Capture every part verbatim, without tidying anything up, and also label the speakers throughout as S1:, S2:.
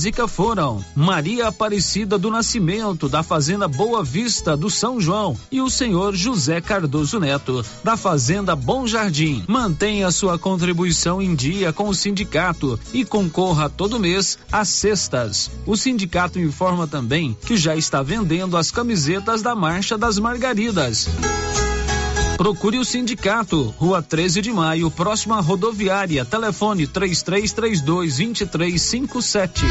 S1: foram Maria Aparecida do Nascimento, da Fazenda Boa Vista do São João, e o senhor José Cardoso Neto, da Fazenda Bom Jardim. Mantenha sua contribuição em dia com o sindicato e concorra todo mês às cestas. O sindicato informa também que já está vendendo as camisetas da Marcha das Margaridas. Procure o sindicato, Rua treze de maio, próxima à rodoviária. Telefone três três três dois, dois três cinco sete.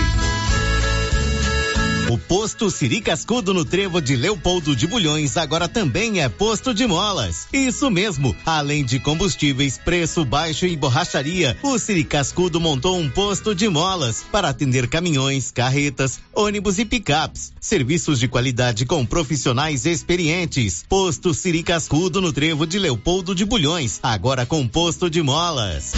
S2: O posto Siri Cascudo no Trevo de Leopoldo de Bulhões agora também é posto de molas. Isso mesmo, além de combustíveis, preço baixo e borracharia, o Siri Cascudo montou um posto de molas para atender caminhões, carretas, ônibus e picapes. Serviços de qualidade com profissionais experientes. Posto Siri Cascudo no Trevo de Leopoldo de Bulhões, agora com posto de molas.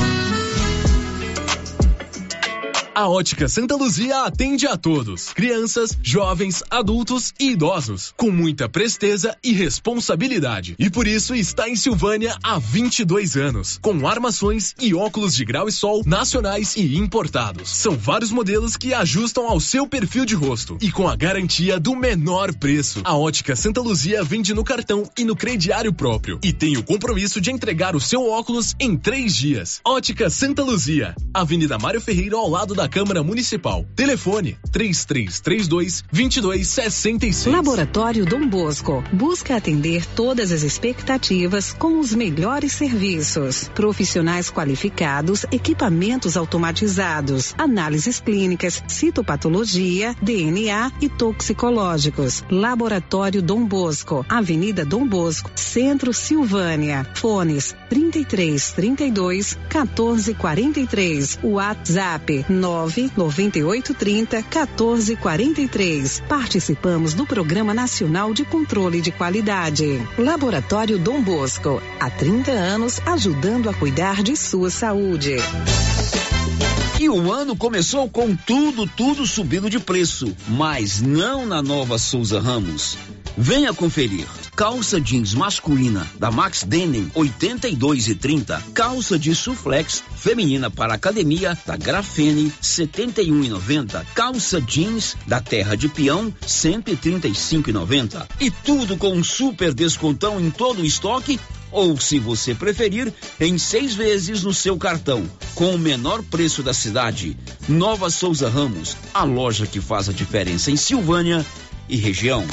S3: A Ótica Santa Luzia atende a todos, crianças, jovens, adultos e idosos, com muita presteza e responsabilidade. E por isso está em Silvânia há vinte e dois anos, com armações e óculos de grau e sol nacionais e importados. São vários modelos que ajustam ao seu perfil de rosto e com a garantia do menor preço. A Ótica Santa Luzia vende no cartão e no crediário próprio e tem o compromisso de entregar o seu óculos em três dias. Ótica Santa Luzia, Avenida Mário Ferreira, ao lado da da Câmara Municipal. Telefone três três três dois, dois dois seis seis.
S4: Laboratório Dom Bosco busca atender todas as expectativas com os melhores serviços. Profissionais qualificados, equipamentos automatizados, análises clínicas, citopatologia, D N A e toxicológicos. Laboratório Dom Bosco, Avenida Dom Bosco, Centro, Silvânia. Fones trinta e três, trinta e dois, quatorze, quarenta e três. WhatsApp nove nove oito trinta, quatorze, quarenta e três. Participamos do Programa Nacional de Controle de Qualidade. Laboratório Dom Bosco, há trinta anos ajudando a cuidar de sua saúde.
S5: E o ano começou com tudo, tudo subindo de preço, mas não na Nova Souza Ramos. Venha conferir. Calça jeans masculina da Max Denim oitenta e dois e trinta. Calça de suflex feminina para academia da Grafene setenta e um e noventa. Calça jeans da Terra de Peão cento e trinta e cinco e noventa. E tudo com um super descontão em todo o estoque, ou, se você preferir, em seis vezes no seu cartão, com o menor preço da cidade. Nova Souza Ramos, a loja que faz a diferença em Silvânia e região.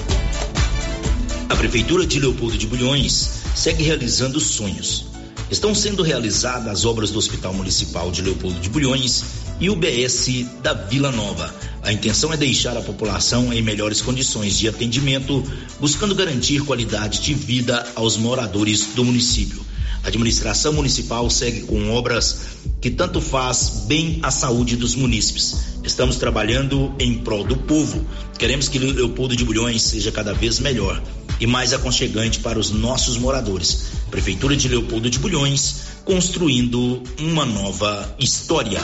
S6: A Prefeitura de Leopoldo de Bulhões segue realizando sonhos. Estão sendo realizadas as obras do Hospital Municipal de Leopoldo de Bulhões e o B S da Vila Nova. A intenção é deixar a população em melhores condições de atendimento, buscando garantir qualidade de vida aos moradores do município. A administração municipal segue com obras que tanto faz bem à saúde dos munícipes. Estamos trabalhando em prol do povo. Queremos que Leopoldo de Bulhões seja cada vez melhor e mais aconchegante para os nossos moradores. Prefeitura de Leopoldo de Bulhões, construindo uma nova história.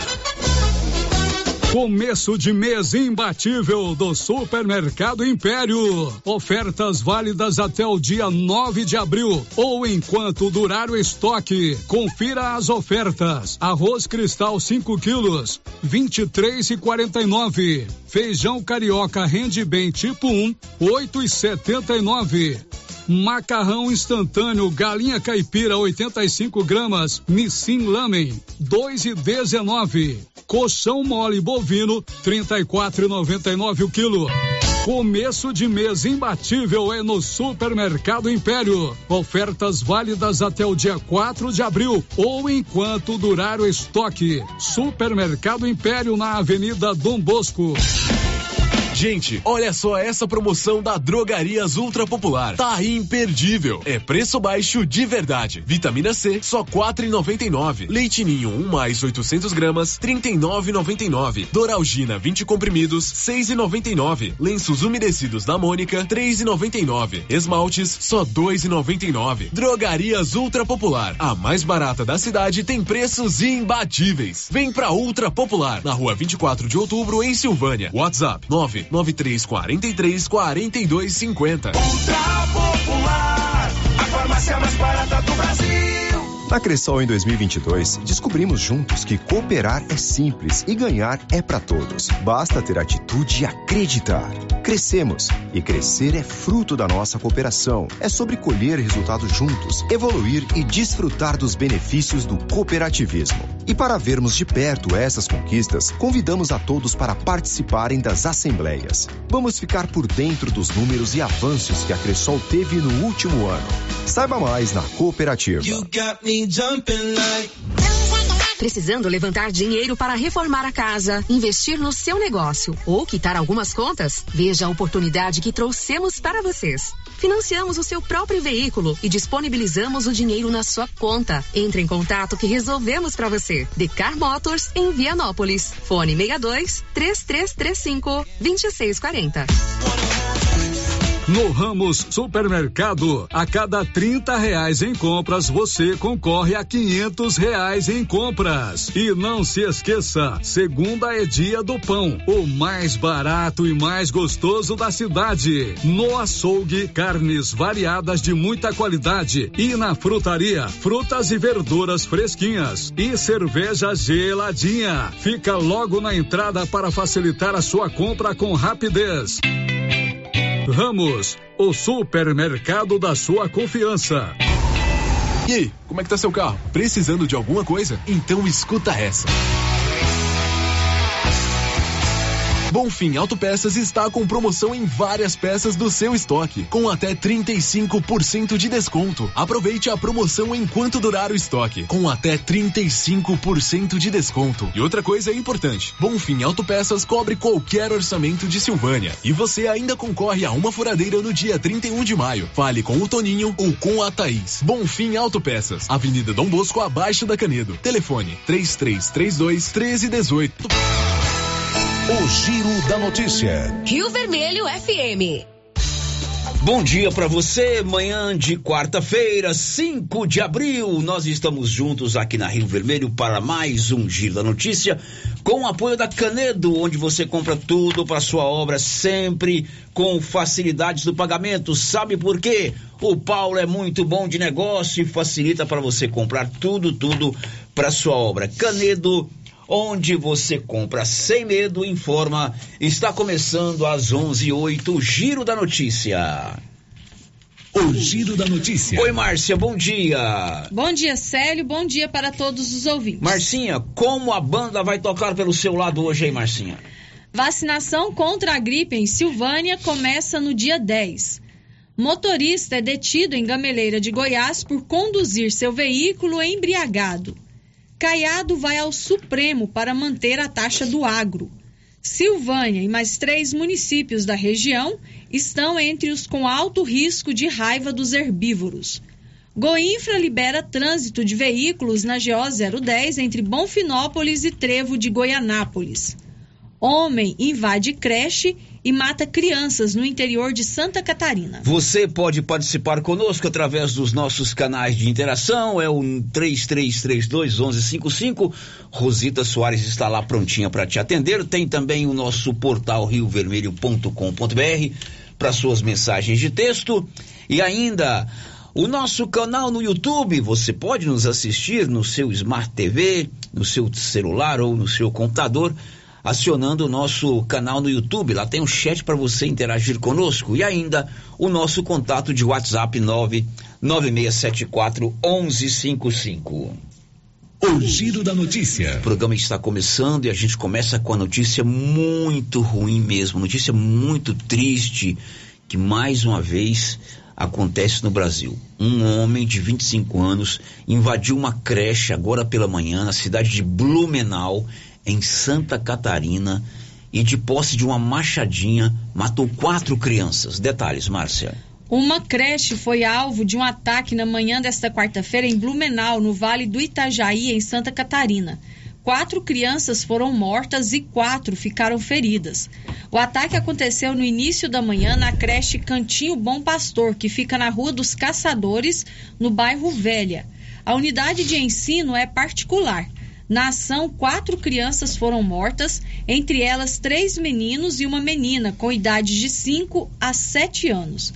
S7: Começo de mês imbatível do Supermercado Império. Ofertas válidas até o dia nove de abril ou enquanto durar o estoque. Confira as ofertas. Arroz Cristal cinco quilos, vinte e três e quarenta e nove. Feijão carioca rende bem tipo um, oito e setenta e nove. Macarrão instantâneo galinha caipira oitenta e cinco gramas, Nissin Lamen, dois e dezenove. Colchão mole bovino trinta e quatro e noventa e nove o quilo. Começo de mês imbatível é no Supermercado Império. Ofertas válidas até o dia quatro de abril ou enquanto durar o estoque. Supermercado Império na Avenida Dom Bosco.
S3: Gente, olha só essa promoção da Drogarias Ultra Popular. Tá imperdível. É preço baixo de verdade. Vitamina C, só quatro e noventa e nove. Leite Ninho, um mais oitocentos gramas, trinta e nove e noventa e nove. Doralgina, vinte comprimidos, seis e noventa e nove. Lenços umedecidos da Mônica, três e noventa e nove. Esmaltes, só dois e noventa e nove. Drogarias Ultra Popular, a mais barata da cidade, tem preços imbatíveis. Vem pra Ultra Popular, na rua vinte e quatro de outubro, em Silvânia. WhatsApp nove nove três quatro três, quatro dois cinco zero.
S8: Ultra Popular, a farmácia mais barata do Brasil. Na Cressol em dois mil e vinte e dois, descobrimos juntos que cooperar é simples e ganhar é para todos. Basta ter atitude e acreditar. Crescemos e crescer é fruto da nossa cooperação. É sobre colher resultados juntos, evoluir e desfrutar dos benefícios do cooperativismo. E para vermos de perto essas conquistas, convidamos a todos para participarem das assembleias. Vamos ficar por dentro dos números e avanços que a Cressol teve no último ano. Saiba mais na cooperativa.
S9: Precisando levantar dinheiro para reformar a casa, investir no seu negócio ou quitar algumas contas? Veja a oportunidade que trouxemos para vocês. Financiamos o seu próprio veículo e disponibilizamos o dinheiro na sua conta. Entre em contato que resolvemos para você. Decar Motors em Vianópolis. Fone seis dois, três três três cinco, dois seis quatro zero.
S7: No Ramos Supermercado, a cada trinta reais em compras, você concorre a quinhentos reais em compras. E não se esqueça, segunda é dia do pão, o mais barato e mais gostoso da cidade. No açougue, carnes variadas de muita qualidade. E na frutaria, frutas e verduras fresquinhas. E cerveja geladinha. Fica logo na entrada para facilitar a sua compra com rapidez. Ramos, o supermercado da sua confiança.
S3: E aí, como é que tá seu carro? Precisando de alguma coisa? Então escuta essa. Bonfim Autopeças está com promoção em várias peças do seu estoque, com até trinta e cinco por cento de desconto. Aproveite a promoção enquanto durar o estoque, com até trinta e cinco por cento de desconto. E outra coisa importante, Bonfim Autopeças cobre qualquer orçamento de Silvânia. E você ainda concorre a uma furadeira no dia trinta e um de maio. Fale com o Toninho ou com a Thaís. Bonfim Autopeças, Avenida Dom Bosco, abaixo da Canedo. Telefone três três três dois, um três um oito.
S10: O Giro da Notícia.
S9: Rio Vermelho F M.
S5: Bom dia para você, manhã de quarta-feira, cinco de abril. Nós estamos juntos aqui na Rio Vermelho para mais um Giro da Notícia, com o apoio da Canedo, onde você compra tudo para sua obra, sempre com facilidades do pagamento. Sabe por quê? O Paulo é muito bom de negócio e facilita para você comprar tudo, tudo para sua obra. Canedo, onde você compra sem medo, informa. Está começando às onze e oito, o Giro da Notícia.
S10: O Giro da Notícia.
S5: Oi, Márcia, bom dia.
S11: Bom dia, Célio, bom dia para todos os ouvintes.
S5: Marcinha, como a banda vai tocar pelo seu lado hoje, hein, Marcinha?
S11: Vacinação contra a gripe em Silvânia começa no dia dez. Motorista é detido em Gameleira de Goiás por conduzir seu veículo embriagado. Caiado vai ao Supremo para manter a taxa do agro. Silvânia e mais três municípios da região estão entre os com alto risco de raiva dos herbívoros. Goinfra libera trânsito de veículos na G O zero dez entre Bonfinópolis e Trevo de Goianápolis. Homem invade creche e mata crianças no interior de Santa Catarina.
S5: Você pode participar conosco através dos nossos canais de interação, é o três três três dois, um um cinco cinco. Rosita Soares está lá prontinha para te atender. Tem também o nosso portal rio vermelho ponto com ponto b r para suas mensagens de texto. E ainda o nosso canal no YouTube. Você pode nos assistir no seu Smart T V, no seu celular ou no seu computador, acionando o nosso canal no YouTube. Lá tem um chat para você interagir conosco. E ainda o nosso contato de WhatsApp nove nove seis sete quatro, um um cinco cinco.
S10: O Giro da Notícia.
S5: O programa está começando e a gente começa com a notícia muito ruim mesmo, notícia muito triste, que mais uma vez acontece no Brasil. Um homem de vinte e cinco anos invadiu uma creche agora pela manhã na cidade de Blumenau, em Santa Catarina, e de posse de uma machadinha matou quatro crianças. Detalhes, Márcia.
S11: Uma creche foi alvo de um ataque na manhã desta quarta-feira em Blumenau, no Vale do Itajaí, em Santa Catarina. Quatro crianças foram mortas e quatro ficaram feridas. O ataque aconteceu no início da manhã na creche Cantinho Bom Pastor, que fica na Rua dos Caçadores, no bairro Velha. A unidade de ensino é particular. Na ação, quatro crianças foram mortas, entre elas três meninos e uma menina com idade de cinco a sete anos.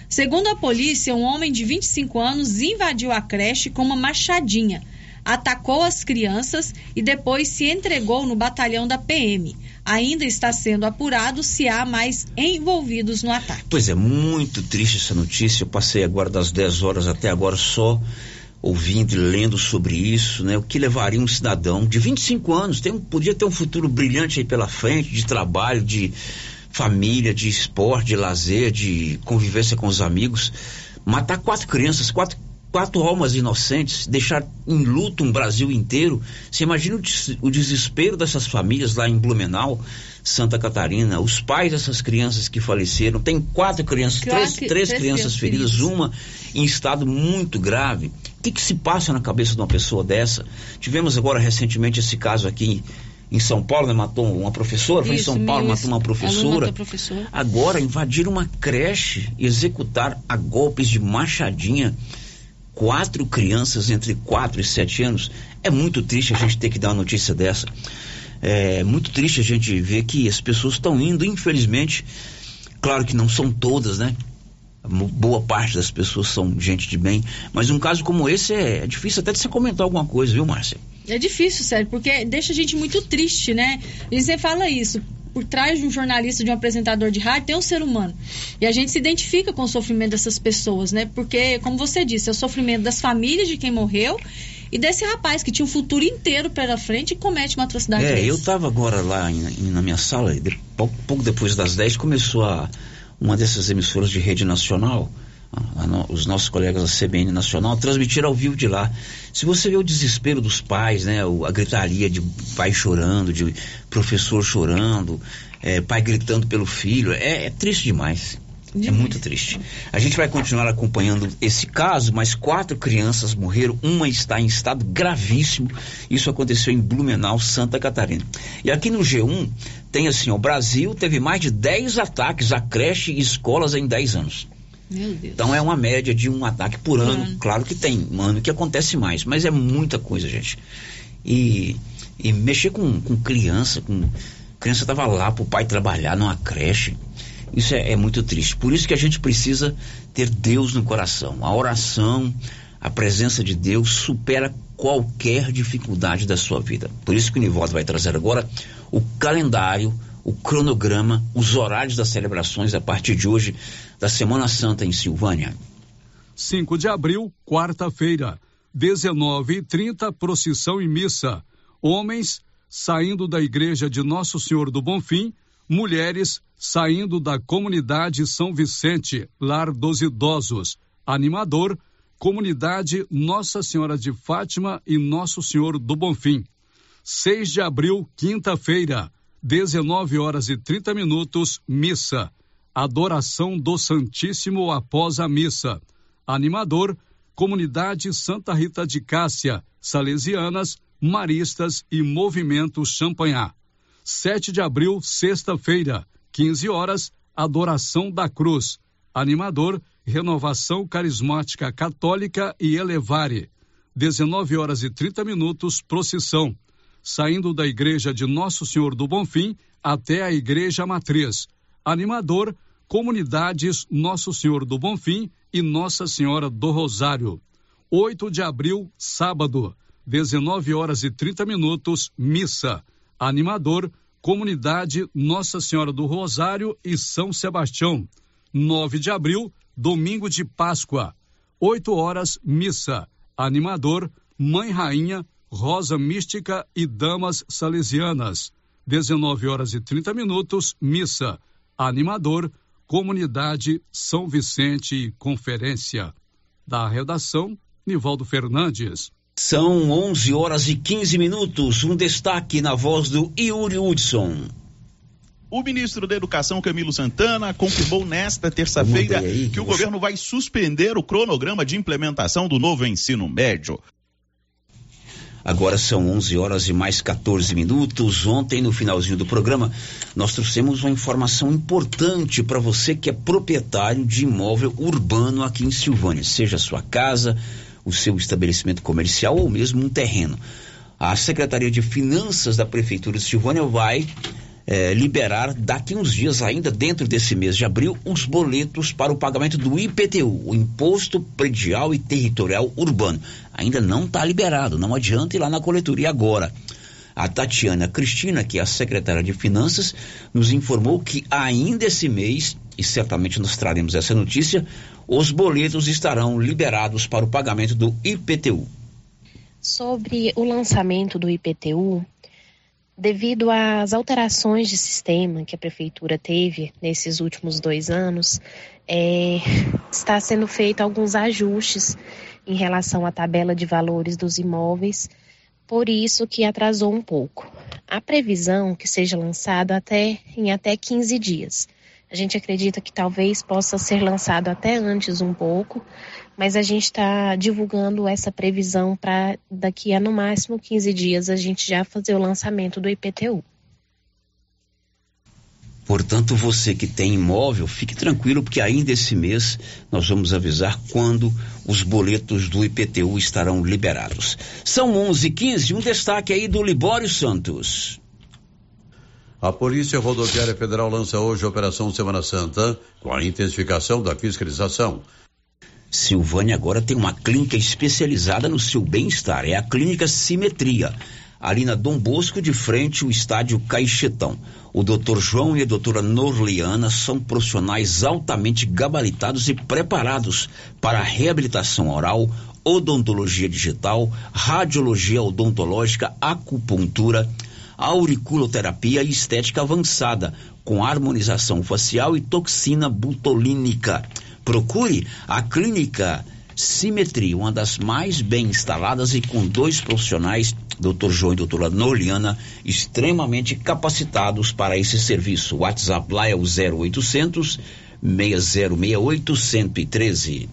S11: Segundo a polícia, um homem de vinte e cinco anos invadiu a creche com uma machadinha, atacou as crianças e depois se entregou no batalhão da P M. Ainda está sendo apurado se há mais envolvidos no ataque.
S5: Pois é, muito triste essa notícia. Eu passei agora das dez horas até agora só ouvindo e lendo sobre isso, né? O que levaria um cidadão de vinte e cinco anos, tem um, podia ter um futuro brilhante aí pela frente, de trabalho, de família, de esporte, de lazer, de convivência com os amigos, matar quatro crianças, quatro Quatro almas inocentes, deixar em luto um Brasil inteiro. Você imagina o, des- o desespero dessas famílias lá em Blumenau, Santa Catarina, os pais dessas crianças que faleceram. Tem quatro crianças,
S11: Claro
S5: três,
S11: que-
S5: três
S11: três
S5: crianças
S11: crianças
S5: feridas,
S11: feridas.
S5: uma em estado muito grave. O que, que se passa na cabeça de uma pessoa dessa? Tivemos agora recentemente esse caso aqui em São Paulo, né? Matou uma professora, foi em
S11: Isso,
S5: São Paulo,
S11: meu,
S5: matou uma
S11: aluno
S5: professora.
S11: matou a professora.
S5: Agora invadir uma creche e executar a golpes de machadinha quatro crianças entre quatro e sete anos. É muito triste a gente ter que dar uma notícia dessa. É muito triste a gente ver que as pessoas estão indo, infelizmente, claro que não são todas, né? Boa parte das pessoas são gente de bem, mas um caso como esse é, é difícil até de você comentar alguma coisa, viu, Márcia?
S11: É difícil, sério, porque deixa a gente muito triste, né? E você fala isso, por trás de um jornalista, de um apresentador de rádio, tem um ser humano. E a gente se identifica com o sofrimento dessas pessoas, né? Porque, como você disse, é o sofrimento das famílias de quem morreu e desse rapaz que tinha um futuro inteiro pela frente e comete uma atrocidade
S5: É,
S11: dessa.
S5: eu estava agora lá em, em, na minha sala, e de, pouco, pouco depois das dez começou a, uma dessas emissoras de rede nacional, a, a, no, os nossos colegas da C B N Nacional, transmitiram ao vivo de lá. Se você vê o desespero dos pais, né, o, a gritaria de pai chorando, de professor chorando, é, pai gritando pelo filho, é, é triste demais. É muito triste. A gente vai continuar acompanhando esse caso, mas quatro crianças morreram, uma está em estado gravíssimo. Isso aconteceu em Blumenau, Santa Catarina. E aqui no G um tem assim, o Brasil teve mais de dez ataques a creche e escolas em dez anos.
S11: Meu Deus.
S5: Então é uma média de um ataque por ano.
S11: Ano.
S5: Claro que tem um ano que acontece mais, mas é muita coisa, gente. E, e mexer com, com criança, com criança estava lá pro pai trabalhar numa creche. Isso é, é muito triste. Por isso que a gente precisa ter Deus no coração. A oração, a presença de Deus supera qualquer dificuldade da sua vida. Por isso que o Nivaldo vai trazer agora o calendário, o cronograma, os horários das celebrações a partir de hoje da Semana Santa em Silvânia.
S7: cinco de abril, quarta-feira, dezenove e trinta, procissão e missa. Homens saindo da igreja de Nosso Senhor do Bonfim, mulheres saindo da comunidade São Vicente, Lar dos Idosos. Animador, comunidade Nossa Senhora de Fátima e Nosso Senhor do Bonfim. seis de abril, quinta-feira, dezenove horas e trinta minutos, missa. Adoração do Santíssimo após a missa. Animador, comunidade Santa Rita de Cássia, Salesianas, Maristas e Movimento Champanhar. sete de abril, sexta-feira, quinze horas, Adoração da Cruz. Animador, Renovação Carismática Católica e Elevare. dezenove horas e trinta minutos, procissão. Saindo da igreja de Nosso Senhor do Bonfim até a igreja matriz. Animador, comunidades Nosso Senhor do Bonfim e Nossa Senhora do Rosário. oito de abril, sábado, dezenove horas e trinta minutos, missa. Animador, comunidade Nossa Senhora do Rosário e São Sebastião. nove de abril, domingo de Páscoa, oito horas, missa. Animador, Mãe Rainha, Rosa Mística e Damas Salesianas. dezenove horas e trinta minutos, missa. Animador, comunidade São Vicente e Conferência. Da redação, Nivaldo Fernandes.
S5: São onze horas e quinze minutos. Um destaque na voz do Yuri Hudson.
S12: O ministro da Educação, Camilo Santana, confirmou nesta terça-feira
S5: aí,
S12: que o
S5: você...
S12: governo vai suspender o cronograma de implementação do novo ensino médio.
S5: Agora são onze horas e mais quatorze minutos. Ontem, no finalzinho do programa, nós trouxemos uma informação importante para você que é proprietário de imóvel urbano aqui em Silvânia, seja a sua casa, o seu estabelecimento comercial ou mesmo um terreno. A Secretaria de Finanças da Prefeitura de Silvânia vai eh, liberar daqui uns dias ainda, dentro desse mês de abril, os boletos para o pagamento do I P T U, o Imposto Predial e Territorial Urbano. Ainda não está liberado, não adianta ir lá na coletoria agora. A Tatiana Cristina, que é a secretária de Finanças, nos informou que ainda esse mês, e certamente nós traremos essa notícia, os boletos estarão liberados para o pagamento do I P T U.
S13: Sobre o lançamento do I P T U, devido às alterações de sistema que a Prefeitura teve nesses últimos dois anos, é, está sendo feito alguns ajustes em relação à tabela de valores dos imóveis, por isso que atrasou um pouco. A previsão que seja lançado até, em até quinze dias. A gente acredita que talvez possa ser lançado até antes um pouco, mas a gente está divulgando essa previsão para daqui a no máximo quinze dias a gente já fazer o lançamento do I P T U.
S5: Portanto, você que tem imóvel, fique tranquilo, porque ainda esse mês nós vamos avisar quando os boletos do I P T U estarão liberados. São onze e quinze, um destaque aí do Libório Santos.
S14: A Polícia Rodoviária Federal lança hoje a Operação Semana Santa, com a intensificação da fiscalização.
S5: Silvânia agora tem uma clínica especializada no seu bem-estar, é a Clínica Simetria, ali na Dom Bosco, de frente ao estádio Caixetão. O doutor João e a doutora Norliana são profissionais altamente gabaritados e preparados para a reabilitação oral, odontologia digital, radiologia odontológica, acupuntura, auriculoterapia e estética avançada, com harmonização facial e toxina butolínica. Procure a Clínica Simetria, uma das mais bem instaladas e com dois profissionais, doutor João e doutora Norliana, extremamente capacitados para esse serviço. O WhatsApp lá é o zero oitocentos, seis zero seis oito, um zero um três.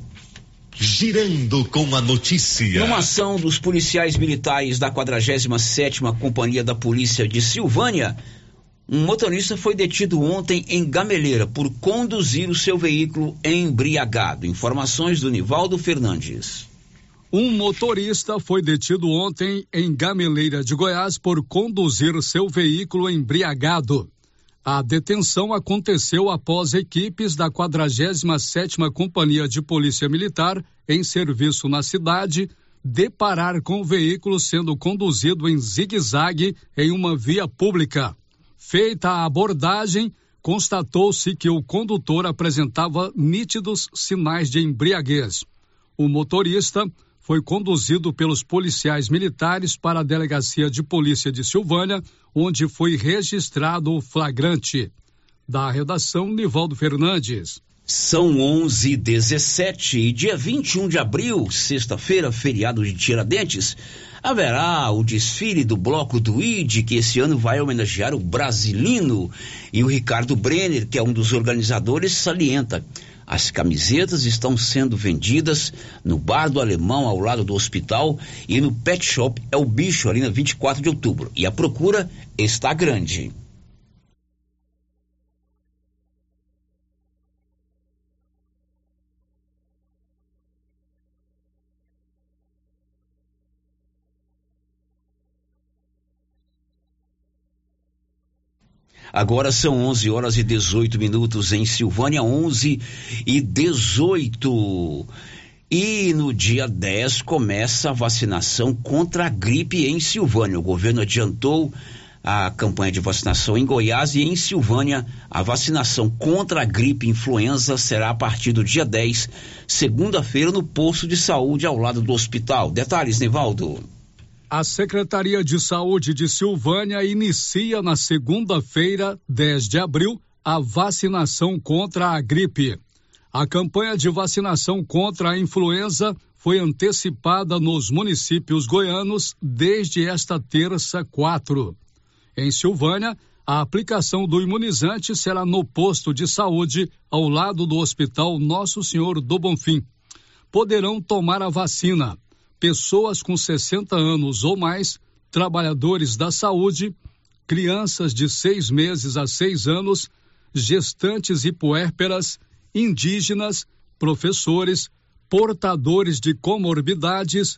S10: Girando com a notícia.
S5: Numa ação dos policiais militares da quadragésima sétima Companhia da Polícia de Silvânia, um motorista foi detido ontem em Gameleira por conduzir o seu veículo embriagado. Informações do Nivaldo Fernandes.
S7: Um motorista foi detido ontem em Gameleira de Goiás por conduzir seu veículo embriagado. A detenção aconteceu após equipes da quadragésima sétima Companhia de Polícia Militar, em serviço na cidade, deparar com o veículo sendo conduzido em zigue-zague em uma via pública. Feita a abordagem, constatou-se que o condutor apresentava nítidos sinais de embriaguez. O motorista foi conduzido pelos policiais militares para a Delegacia de Polícia de Silvânia, onde foi registrado o flagrante. Da redação, Nivaldo Fernandes.
S5: São onze e dezessete e dia vinte e um de abril, sexta-feira, feriado de Tiradentes, haverá o desfile do Bloco do I D, que esse ano vai homenagear o Brasilino. E o Ricardo Brenner, que é um dos organizadores, salienta: as camisetas estão sendo vendidas no Bar do Alemão, ao lado do hospital, e no Pet Shop É o Bicho, ali na vinte e quatro de outubro. E a procura está grande. Agora são onze horas e dezoito minutos em Silvânia, onze e dezoito. E no dia dez começa a vacinação contra a gripe em Silvânia. O governo adiantou a campanha de vacinação em Goiás, e em Silvânia a vacinação contra a gripe influenza será a partir do dia dez, segunda-feira, no posto de saúde ao lado do hospital. Detalhes, Nivaldo.
S7: A Secretaria de Saúde de Silvânia inicia na segunda-feira, dez de abril, a vacinação contra a gripe. A campanha de vacinação contra a influenza foi antecipada nos municípios goianos desde esta terça, quatro. Em Silvânia, a aplicação do imunizante será no posto de saúde ao lado do Hospital Nosso Senhor do Bonfim. Poderão tomar a vacina pessoas com sessenta anos ou mais, trabalhadores da saúde, crianças de seis meses a seis anos, gestantes e puérperas, indígenas, professores, portadores de comorbidades,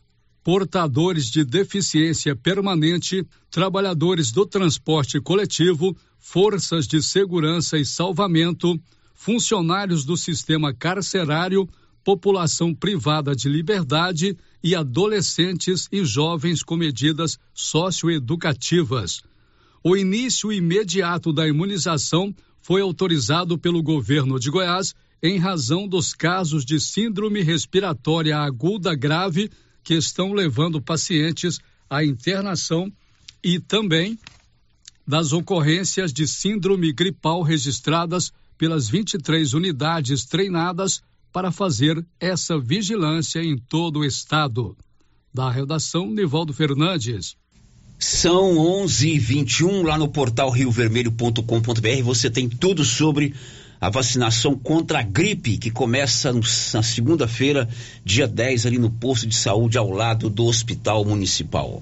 S7: portadores de deficiência permanente, trabalhadores do transporte coletivo, forças de segurança e salvamento, funcionários do sistema carcerário, população privada de liberdade e adolescentes e jovens com medidas socioeducativas. O início imediato da imunização foi autorizado pelo governo de Goiás em razão dos casos de síndrome respiratória aguda grave que estão levando pacientes à internação e também das ocorrências de síndrome gripal registradas pelas vinte e três unidades treinadas para fazer essa vigilância em todo o estado. Da redação, Nivaldo Fernandes.
S5: São onze e vinte e um, lá no portal rio vermelho ponto com ponto b r você tem tudo sobre a vacinação contra a gripe, que começa no, na segunda-feira, dia dez, ali no posto de saúde ao lado do Hospital Municipal.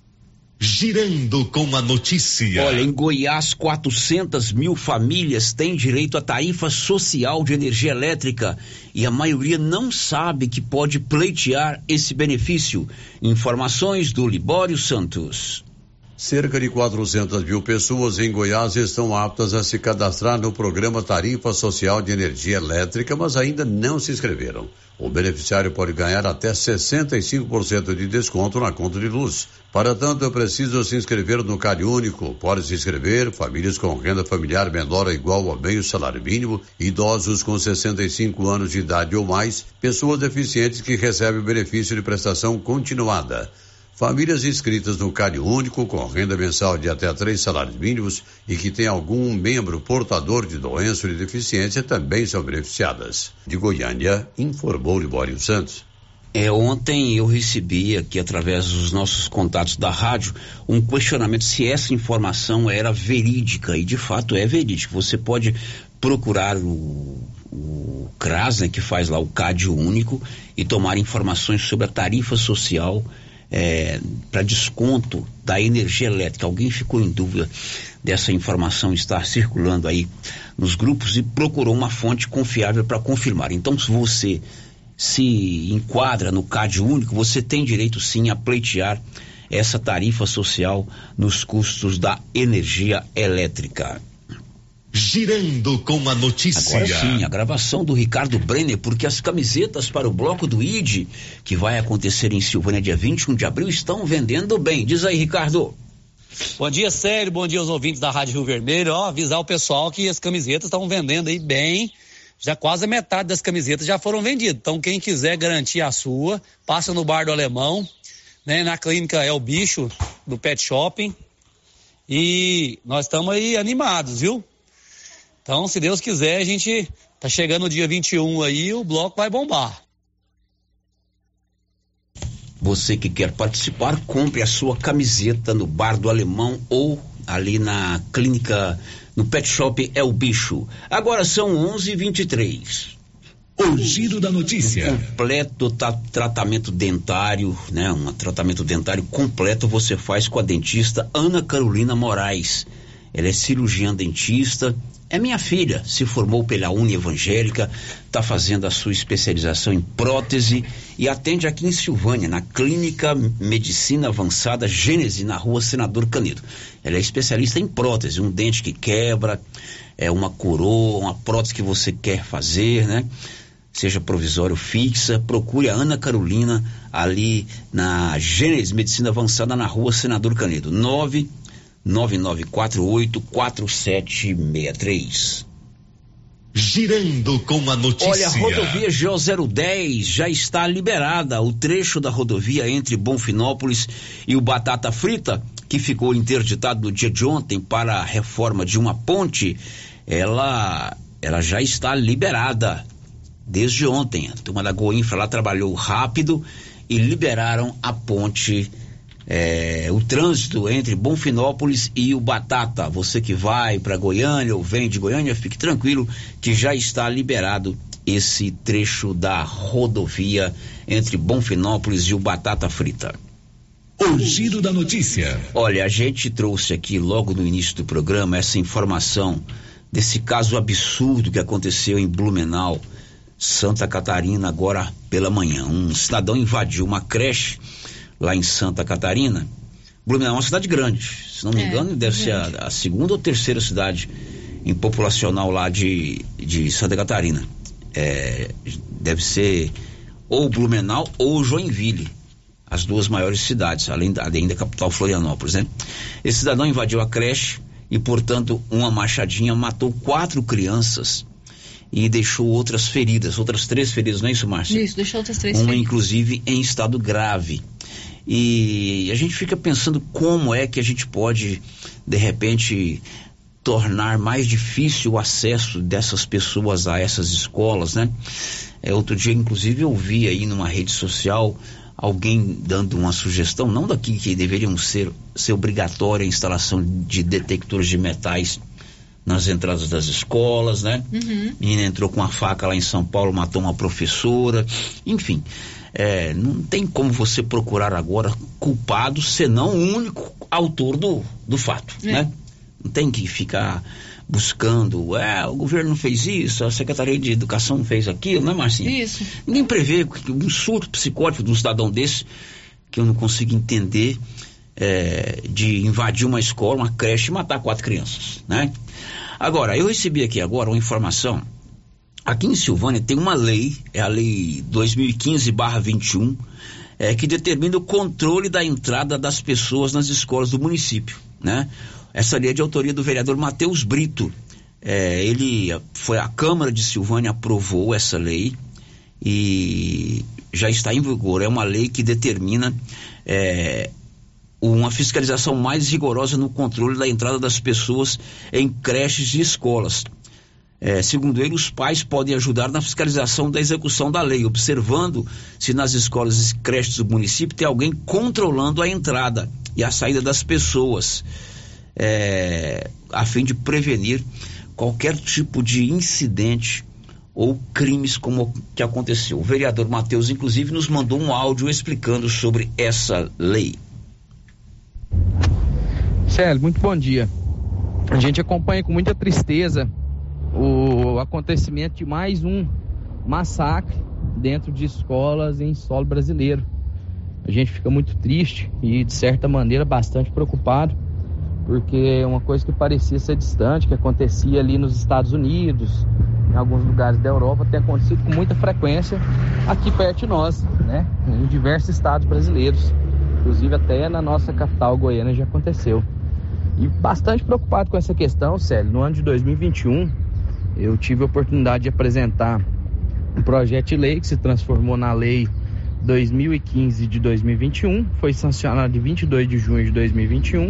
S10: Girando com a notícia.
S5: Olha, em Goiás, quatrocentas mil famílias têm direito à tarifa social de energia elétrica e a maioria não sabe que pode pleitear esse benefício. Informações do Libório Santos.
S14: Cerca de quatrocentas mil pessoas em Goiás estão aptas a se cadastrar no programa Tarifa Social de Energia Elétrica, mas ainda não se inscreveram. O beneficiário pode ganhar até sessenta e cinco por cento de desconto na conta de luz. Para tanto, é preciso se inscrever no C A D Único. Pode se inscrever famílias com renda familiar menor ou igual ao meio salário mínimo, idosos com sessenta e cinco anos de idade ou mais, pessoas deficientes que recebem o benefício de prestação continuada. Famílias inscritas no C A D Único com renda mensal de até três salários mínimos e que tem algum membro portador de doença ou de deficiência também são beneficiadas. De Goiânia, informou Libório Santos.
S5: É, ontem eu recebi aqui, através dos nossos contatos da rádio, um questionamento se essa informação era verídica, e de fato é verídica. Você pode procurar o, o CRAS, né, que faz lá o C A D Único, e tomar informações sobre a tarifa social É, para desconto da energia elétrica. Alguém ficou em dúvida dessa informação estar circulando aí nos grupos e procurou uma fonte confiável para confirmar. Então, se você se enquadra no C A D Único, você tem direito sim a pleitear essa tarifa social nos custos da energia elétrica.
S10: Girando com a notícia.
S5: Agora sim, a gravação do Ricardo Brenner, porque as camisetas para o bloco do I D, que vai acontecer em Silvânia dia vinte e um de abril, estão vendendo bem. Diz aí, Ricardo.
S15: Bom dia, Célio, bom dia aos ouvintes da Rádio Rio Vermelho. Ó, avisar o pessoal que as camisetas estão vendendo aí bem, já quase a metade das camisetas já foram vendidas. Então, quem quiser garantir a sua, passa no Bar do Alemão, né, na clínica É o Bicho, do Pet Shopping, e nós estamos aí animados, viu? Então, se Deus quiser, a gente tá chegando no dia vinte e um aí, o bloco vai bombar.
S5: Você que quer participar, compre a sua camiseta no Bar do Alemão ou ali na clínica, no Pet Shop É o Bicho. Agora são onze e vinte e três.
S10: O giro da notícia.
S5: Um completo tra- tratamento dentário, né? Um tratamento dentário completo você faz com a dentista Ana Carolina Moraes. Ela é cirurgiã dentista. É minha filha, se formou pela Uni Evangélica, está fazendo a sua especialização em prótese e atende aqui em Silvânia, na Clínica Medicina Avançada Gênese, na Rua Senador Canedo. Ela é especialista em prótese, um dente que quebra, é uma coroa, uma prótese que você quer fazer, né? Seja provisório fixa, procure a Ana Carolina ali na Gênese Medicina Avançada, na Rua Senador Canedo. nove nove nove quatro oito quatro sete seis três.
S10: Girando com a notícia.
S5: Olha, a rodovia G O zero dez já está liberada. O trecho da rodovia entre Bonfinópolis e o Batata Frita, que ficou interditado no dia de ontem para a reforma de uma ponte, ela, ela já está liberada desde ontem. A turma da Goinfra lá trabalhou rápido e liberaram a ponte. É, o trânsito entre Bonfinópolis e o Batata. Você que vai para Goiânia ou vem de Goiânia, fique tranquilo que já está liberado esse trecho da rodovia entre Bonfinópolis e o Batata Frita.
S10: O giro da notícia.
S5: Olha, a gente trouxe aqui logo no início do programa essa informação desse caso absurdo que aconteceu em Blumenau, Santa Catarina, agora pela manhã. Um cidadão invadiu uma creche lá em Santa Catarina. Blumenau é uma cidade grande, se não me é, engano, deve ser a, a segunda ou terceira cidade em populacional lá de, de Santa Catarina. É, deve ser ou Blumenau ou Joinville, as duas maiores cidades, além da, além da capital Florianópolis, né? Esse cidadão invadiu a creche e, portanto, uma machadinha matou quatro crianças e deixou outras feridas, outras três feridas, não é isso, Márcia?
S11: Isso, deixou outras três
S5: uma,
S11: feridas.
S5: Uma, inclusive, em estado grave. E a gente fica pensando como é que a gente pode, de repente, tornar mais difícil o acesso dessas pessoas a essas escolas, né? É, outro dia, inclusive, eu vi aí numa rede social alguém dando uma sugestão, não daqui que deveriam ser, ser obrigatória a instalação de detectores de metais nas entradas das escolas, né? Uhum. Menina entrou com uma faca lá em São Paulo, matou uma professora, enfim, é, não tem como você procurar agora culpado, senão o único autor do, do fato, é. né? Não tem que ficar buscando, é, o governo não fez isso, a Secretaria de Educação não fez aquilo, né, Marcinha? Isso. Ninguém prevê um surto psicótico de um cidadão desse, que eu não consigo entender, é, de invadir uma escola, uma creche e matar quatro crianças, né? Agora, eu recebi aqui agora uma informação, aqui em Silvânia tem uma lei, é a lei dois mil e quinze barra vinte e um, é, que determina o controle da entrada das pessoas nas escolas do município, né? Essa lei é de autoria do vereador Matheus Brito. É, ele foi a Câmara de Silvânia aprovou essa lei e já está em vigor. É uma lei que determina é, uma fiscalização mais rigorosa no controle da entrada das pessoas em creches e escolas. É, segundo ele, os pais podem ajudar na fiscalização da execução da lei, observando se nas escolas e creches do município tem alguém controlando a entrada e a saída das pessoas. É, a fim de prevenir qualquer tipo de incidente ou crimes como o que aconteceu. O vereador Matheus, inclusive, nos mandou um áudio explicando sobre essa lei.
S16: Célio, muito bom dia. A gente acompanha com muita tristeza o acontecimento de mais um massacre dentro de escolas em solo brasileiro. A gente fica muito triste e, de certa maneira, bastante preocupado, porque é uma coisa que parecia ser distante, que acontecia ali nos Estados Unidos, em alguns lugares da Europa, tem acontecido com muita frequência aqui perto de nós, né? Em diversos estados brasileiros, inclusive até na nossa capital Goiânia já aconteceu. E bastante preocupado com essa questão, Célio. No ano de dois mil e vinte e um, eu tive a oportunidade de apresentar um projeto de lei que se transformou na lei dois mil e quinze de dois mil e vinte e um, foi sancionado de vinte e dois de junho de dois mil e vinte e um,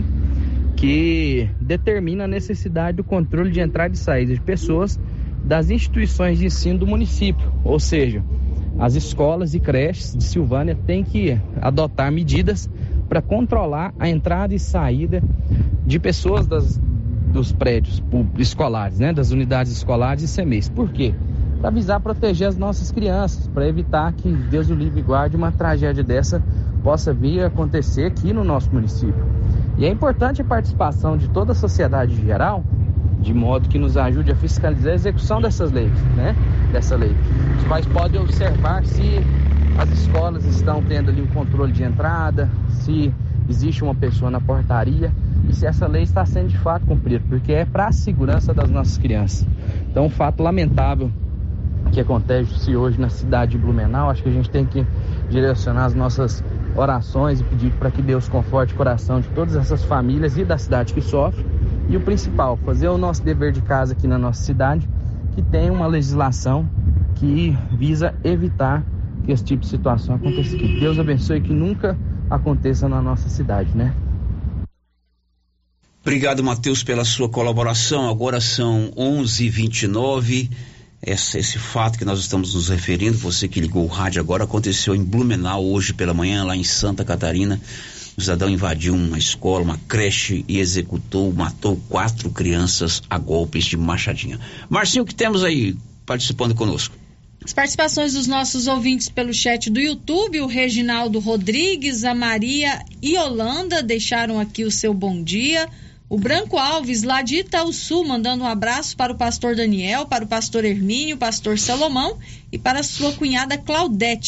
S16: que determina a necessidade do controle de entrada e saída de pessoas das instituições de ensino do município, ou seja, as escolas e creches de Silvânia têm que adotar medidas para controlar a entrada e saída de pessoas das, dos prédios escolares, né, das unidades escolares e C M E Is. Por quê? Para visar proteger as nossas crianças, para evitar que Deus o livre e guarde uma tragédia dessa possa vir a acontecer aqui no nosso município. E é importante a participação de toda a sociedade em geral, de modo que nos ajude a fiscalizar a execução dessas leis, né? Dessa lei. Os pais podem observar se as escolas estão tendo ali um controle de entrada, se existe uma pessoa na portaria e se essa lei está sendo de fato cumprida, porque é para a segurança das nossas crianças. Então, um fato lamentável que acontece hoje na cidade de Blumenau, acho que a gente tem que direcionar as nossas orações e pedir para que Deus conforte o coração de todas essas famílias e da cidade que sofre. E o principal, fazer o nosso dever de casa aqui na nossa cidade, que tem uma legislação que visa evitar que esse tipo de situação aconteça aqui. Que Deus abençoe, que nunca aconteça na nossa cidade, né?
S5: Obrigado, Matheus, pela sua colaboração. Agora são onze e vinte e nove. Esse, esse fato que nós estamos nos referindo, você que ligou o rádio agora, aconteceu em Blumenau hoje pela manhã, lá em Santa Catarina. O cidadão invadiu uma escola, uma creche e executou, matou quatro crianças a golpes de machadinha. Marcinho, o que temos aí participando conosco?
S11: As participações dos nossos ouvintes pelo chat do YouTube, o Reginaldo Rodrigues, a Maria Yolanda deixaram aqui o seu bom dia. O Branco Alves, lá de Itaúsu, mandando um abraço para o pastor Daniel, para o pastor Hermínio, o pastor Salomão e para a sua cunhada Claudete.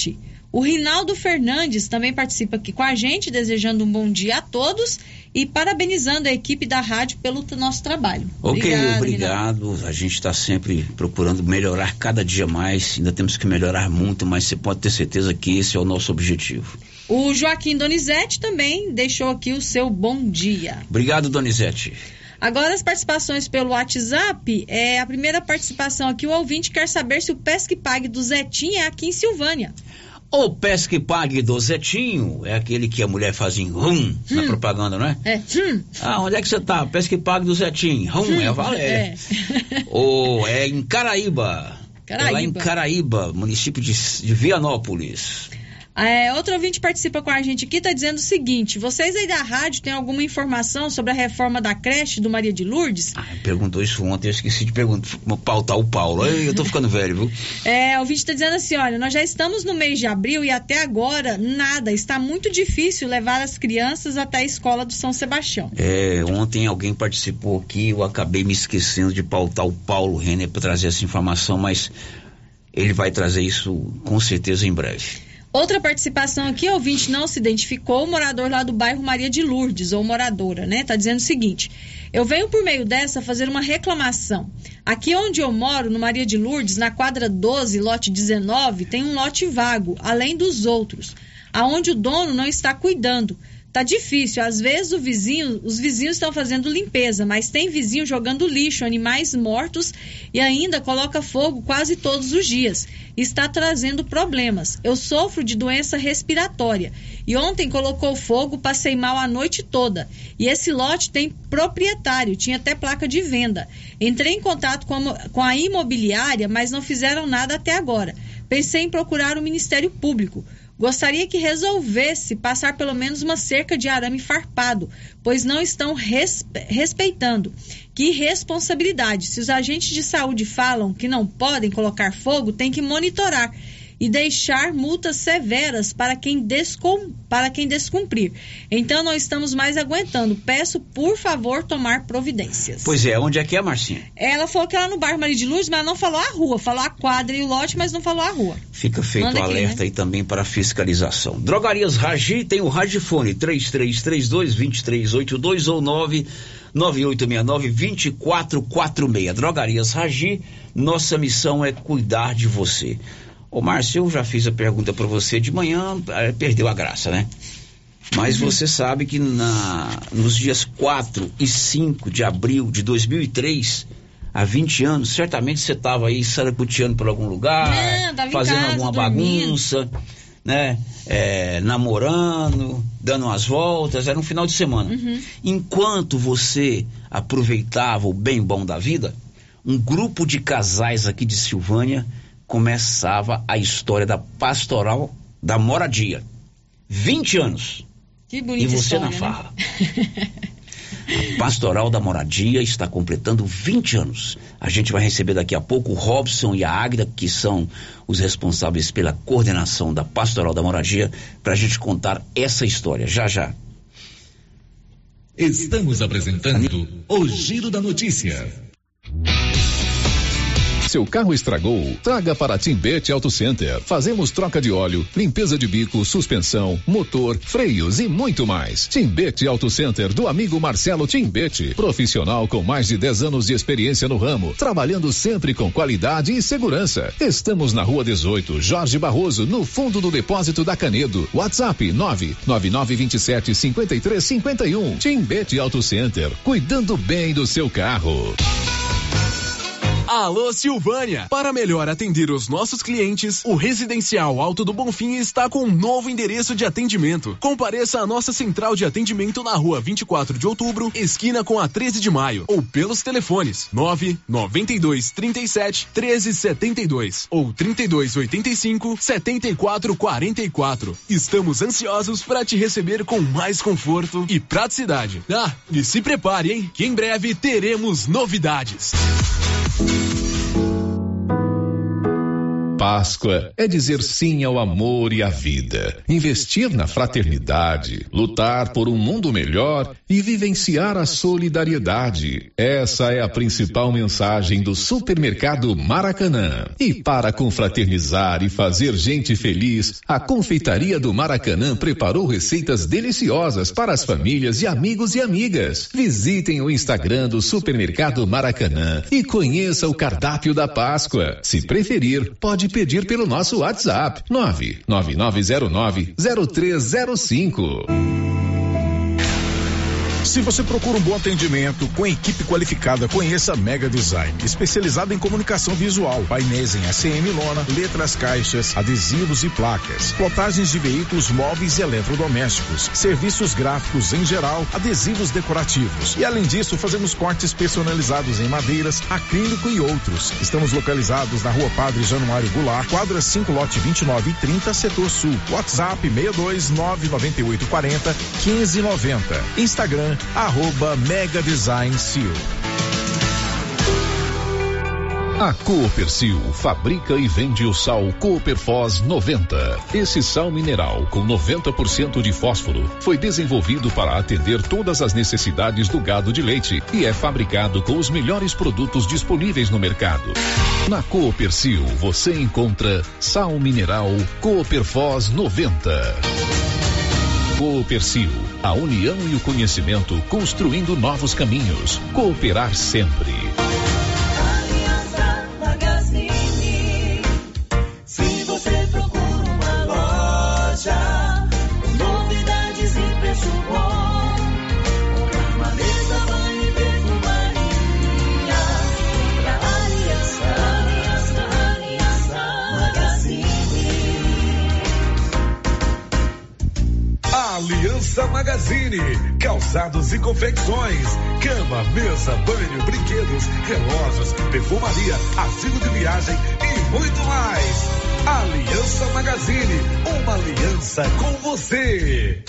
S11: O Rinaldo Fernandes também participa aqui com a gente, desejando um bom dia a todos e parabenizando a equipe da rádio pelo nosso trabalho.
S5: Ok,
S11: obrigado.
S5: obrigado. A gente está sempre procurando melhorar cada dia mais, ainda temos que melhorar muito, mas você pode ter certeza que esse é o nosso objetivo.
S11: O Joaquim Donizete também deixou aqui o seu bom dia.
S5: Obrigado, Donizete.
S11: Agora as participações pelo WhatsApp, é a primeira participação aqui, o ouvinte quer saber se o Pesque Pague do Zetinho é aqui em Silvânia.
S5: O Pesque Pague do Zetinho é aquele que a mulher faz em rum hum. na propaganda, não é?
S11: É. Hum.
S5: Ah, onde é que você tá? Pesque Pague do Zetinho. Rum, hum. é a Valéria. É. Ou é em Caraíba.
S11: Caraíba.
S5: É lá em Caraíba, município de, de Vianópolis.
S11: É, outro ouvinte participa com a gente aqui, está dizendo o seguinte: vocês aí da rádio têm alguma informação sobre a reforma da creche do Maria de Lourdes?
S5: Ah, perguntou isso ontem, eu esqueci de perguntar, pautar o Paulo. Ei, eu tô ficando velho, viu?
S11: É, o ouvinte está dizendo assim, olha, nós já estamos no mês de abril e até agora nada, está muito difícil levar as crianças até a escola do São Sebastião.
S5: É, ontem alguém participou aqui, eu acabei me esquecendo de pautar o Paulo Renner para trazer essa informação, mas ele vai trazer isso com certeza em breve.
S11: Outra participação aqui, o ouvinte não se identificou, morador lá do bairro Maria de Lourdes, ou moradora, né? Tá dizendo o seguinte: eu venho por meio dessa fazer uma reclamação. Aqui onde eu moro, no Maria de Lourdes, na quadra doze, lote dezenove, tem um lote vago, além dos outros, aonde o dono não está cuidando. Tá difícil, às vezes o vizinho, os vizinhos estão fazendo limpeza, mas tem vizinho jogando lixo, animais mortos e ainda coloca fogo quase todos os dias. Está trazendo problemas. Eu sofro de doença respiratória e ontem colocou fogo, passei mal a noite toda. E esse lote tem proprietário, tinha até placa de venda. Entrei em contato com a, com a imobiliária, mas não fizeram nada até agora. Pensei em procurar o Ministério Público. Gostaria que resolvesse passar pelo menos uma cerca de arame farpado, pois não estão respe- respeitando. Que irresponsabilidade! Se os agentes de saúde falam que não podem colocar fogo, tem que monitorar e deixar multas severas para quem, descom- para quem descumprir. Então não estamos mais aguentando. Peço, por favor, tomar providências.
S5: Pois é, onde é que é, Marcinha?
S11: Ela falou que era no bairro Maria de Lourdes, mas não falou a rua. Falou a quadra e o lote, mas não falou a rua.
S5: Fica feito o alerta aqui, né? Aí também para fiscalização. Drogarias Ragi tem o Ragifone três três três dois, dois três oito dois ou nove nove oito seis nove, dois quatro quatro seis. Drogarias Ragi, nossa missão é cuidar de você. Ô Márcio, eu já fiz a pergunta para você de manhã, perdeu a graça, né? Mas uhum. Você sabe que na, nos dias quatro e cinco de abril de dois mil e três, há vinte anos, certamente você estava aí saracuteando por algum lugar, é, fazendo casa, alguma dormindo. bagunça, né? É, namorando, dando umas voltas, era um final de semana. Uhum. Enquanto você aproveitava o bem bom da vida, um grupo de casais aqui de Silvânia começava a história da Pastoral da Moradia. vinte anos.
S11: Que bonita
S5: E você
S11: história,
S5: na farra. Né? A Pastoral da Moradia está completando vinte anos. A gente vai receber daqui a pouco o Robson e a Águida, que são os responsáveis pela coordenação da Pastoral da Moradia, para a gente contar essa história. Já, já.
S10: Estamos apresentando o Giro da Notícia.
S17: Seu carro estragou? Traga para Timbete Auto Center. Fazemos troca de óleo, limpeza de bico, suspensão, motor, freios e muito mais. Timbete Auto Center do amigo Marcelo Timbete. Profissional com mais de dez anos de experiência no ramo, trabalhando sempre com qualidade e segurança. Estamos na Rua dezoito, Jorge Barroso, no fundo do depósito da Canedo. WhatsApp nove nove nove dois sete cinco três cinco um. Timbete Auto Center, cuidando bem do seu carro.
S3: Alô Silvânia! Para melhor atender os nossos clientes, o Residencial Alto do Bonfim está com um novo endereço de atendimento. Compareça à nossa central de atendimento na rua vinte e quatro de outubro, esquina com a treze de maio, ou pelos telefones nove nove dois, trinta e sete, treze setenta e dois ou trinta e dois oitenta e cinco, setenta e quatro quarenta e quatro. Estamos ansiosos para te receber com mais conforto e praticidade. Ah, e se prepare, hein? Que em breve teremos novidades.
S17: Páscoa é dizer sim ao amor e à vida, investir na fraternidade, lutar por um mundo melhor e vivenciar a solidariedade. Essa é a principal mensagem do Supermercado Maracanã. E para confraternizar e fazer gente feliz, a Confeitaria do Maracanã preparou receitas deliciosas para as famílias e amigos e amigas. Visitem o Instagram do Supermercado Maracanã e conheça o cardápio da Páscoa. Se preferir, pode pedir pelo nosso WhatsApp nove nove nove zero nove zero três zero cinco.
S18: Se você procura um bom atendimento com equipe qualificada, conheça a Mega Design, especializada em comunicação visual, painéis em A C M lona, letras, caixas, adesivos e placas, plotagens de veículos móveis e eletrodomésticos, serviços gráficos em geral, adesivos decorativos. E além disso, fazemos cortes personalizados em madeiras, acrílico e outros. Estamos localizados na Rua Padre Januário Goulart, quadra cinco, lote vinte e nove e trinta, setor sul. WhatsApp seis dois nove nove oito quatro zero um cinco nove zero. Instagram arroba Mega Design Seal.
S17: A Coopercil fabrica e vende o sal Cooperfos noventa. Esse sal mineral com noventa por cento de fósforo foi desenvolvido para atender todas as necessidades do gado de leite e é fabricado com os melhores produtos disponíveis no mercado. Na Coopercil você encontra sal mineral Cooperfos noventa. Coopercil, a união e o conhecimento construindo novos caminhos. Cooperar sempre.
S19: Aliança Magazine. Se você procura uma loja com novidades e preço bom, comprar uma mesa, banho e perfumaria, pra Aliança, Aliança, Aliança Magazine.
S10: Aliança Magazine, calçados e confecções, cama, mesa, banho, brinquedos, relógios, perfumaria, asilo de viagem e muito mais. Aliança Magazine, uma aliança com você.